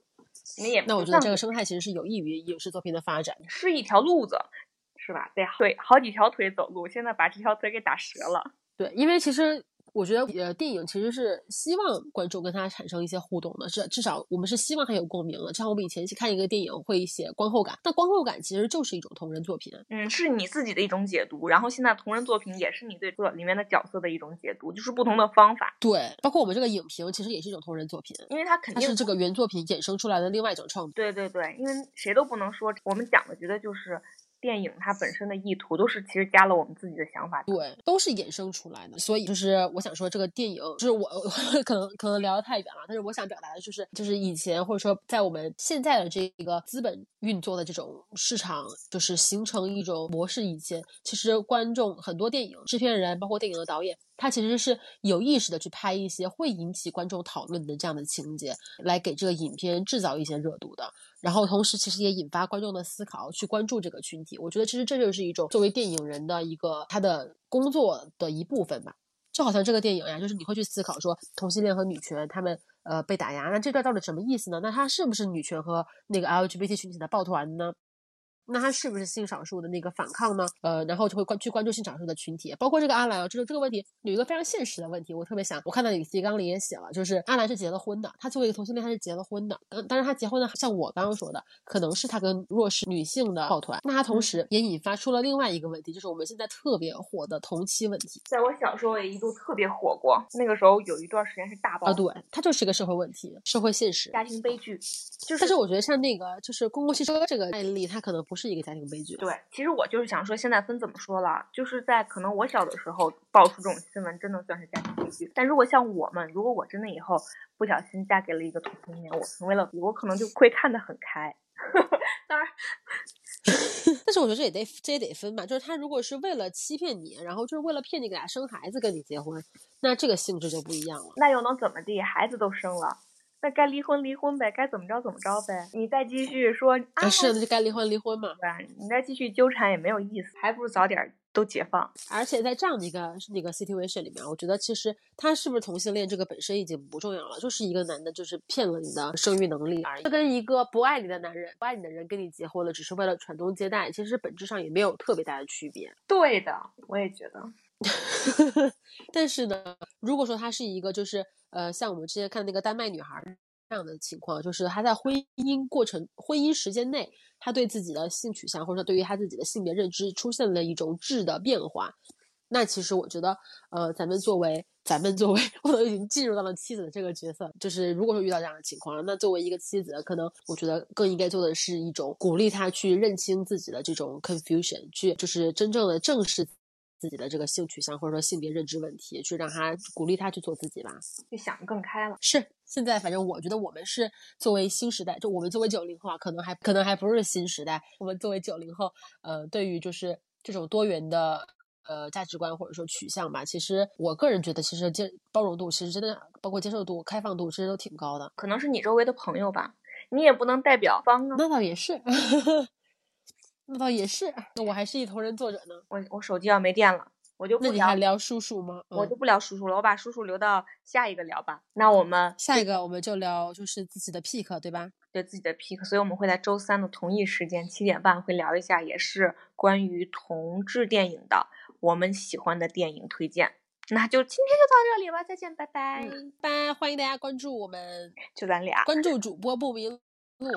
你也那我觉得这个生态其实是有益于影视作品的发展， 是一条路子，是吧？对，好几条腿走路，现在把这条腿给打折了。 对，因为其实我觉得电影其实是希望观众跟他产生一些互动的，至少我们是希望他有共鸣的。像我们以前去看一个电影会写观后感，那观后感其实就是一种同人作品， 是你自己的一种解读，然后现在同人作品也是你对里面的角色的一种解读，就是不同的方法。 对，包括我们这个影评其实也是一种同人作品， 因为它肯定是这个原作品衍生出来的另外一种创作。 对对对，因为谁都不能说我们讲的觉得就是电影它本身的意图都是其实加了我们自己的想法， 对，都是衍生出来的。所以就是我想说，这个电影就是我可能聊得太远了，但是我想表达的就是以前或者说在我们现在的这个资本运作的这种市场，就是形成一种模式以前，其实观众很多电影制片人包括电影的导演，他其实是有意识的去拍一些会引起观众讨论的这样的情节，来给这个影片制造一些热度的。然后同时其实也引发观众的思考，去关注这个群体。我觉得其实这就是一种作为电影人的一个他的工作的一部分吧。就好像这个电影呀，就是你会去思考说同性恋和女权他们被打压，那这段到底什么意思呢？那它是不是女权和那个 LGBT 群体的抱团呢？那他是不是性少数的那个反抗呢？然后就会去关注性少数的群体，包括这个阿兰啊，这个问题有一个非常现实的问题，我特别想，我看到你提纲里也写了，就是阿兰是结了婚的，他作为一个同性恋，他是结了婚的，当然他结婚的，像我刚刚说的，可能是他跟弱势女性的抱团，那他同时也引发出了另外一个问题，就是我们现在特别火的同妻问题， 在我小时候也一度特别火过，那个时候有一段时间是大爆对，它就是一个社会问题，社会现实， 家庭悲剧。 但是我觉得像那个就是公共汽车这个案例，它可能不是一个家庭悲剧。 对，其实我就是想说，现在分怎么说了，就是在可能我小的时候爆出这种新闻，真的算是家庭悲剧。但如果像我们，如果我真的以后不小心嫁给了一个同性恋，我成为了，我可能就会看得很开。当然， 但是我觉得这也得分嘛，就是他如果是为了欺骗你，然后就是为了骗你给他生孩子跟你结婚，那这个性质就不一样了。 那又能怎么地？孩子都生了。那该离婚离婚呗，该怎么着怎么着呗。你再继续说啊， 是那就该离婚离婚嘛。 对，你再继续纠缠也没有意思，还不如早点都解放。 而且在这样的一个那个 situation 里面，我觉得其实他是不是同性恋这个本身已经不重要了，就是一个男的就是骗了你的生育能力而已。跟一个不爱你的男人、不爱你的人跟你结婚了，只是为了传宗接代，其实本质上也没有特别大的区别。 对的，我也觉得。 但是呢，如果说他是一个就是像我们之前看那个丹麦女孩这样的情况，就是他在婚姻时间内，他对自己的性取向或者说对于他自己的性别认知出现了一种质的变化，那其实我觉得咱们作为我都已经进入到了妻子的这个角色，就是如果说遇到这样的情况，那作为一个妻子，可能我觉得更应该做的是一种鼓励他去认清自己的这种 confusion， 去就是真正的正视自己的这个性取向或者说性别认知问题，去让他鼓励他去做自己吧， 就想得更开了。 是，现在反正我觉得我们是作为新时代，就我们作为90后啊，可能还不是新时代，我们作为90后，对于就是这种多元的价值观或者说取向吧，其实我个人觉得，其实包容度其实真的包括接受度、开放度，其实都挺高的。 可能是你周围的朋友吧，你也不能代表方啊。 那倒也是。那倒也是，那我还是一同人作者呢。 我手机要没电了，我就不聊。 那你还聊叔叔吗？ 我就不聊叔叔了，我把叔叔留到下一个聊吧。那我们下一个我们就聊就是自己的 pick， 对吧？ 对自己的 pick， 所以我们会在周3的同一时间7点半会聊一下，也是关于同志电影的我们喜欢的电影推荐。那就今天就到这里吧，再见，拜拜。 拜，欢迎大家关注我们， 就咱俩关注主播不迷路。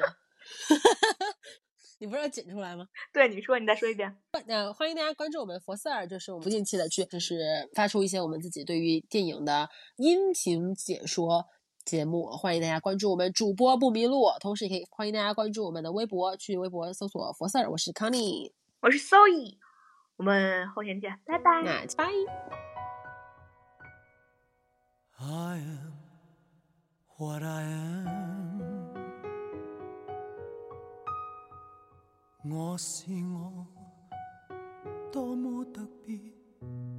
你不是要剪出来吗？ 对，你说，你再说一遍。 欢迎大家关注我们佛塞尔，就是我们不定期的去就是发出一些我们自己对于电影的音频解说节目，欢迎大家关注我们主播不迷路，同时也可以欢迎大家关注我们的微博，去微博搜索佛塞尔，我是 Connie， 我是 Zoe， 我们后天见，拜拜。 那拜。 I am what I am， 我是我，多麼特別。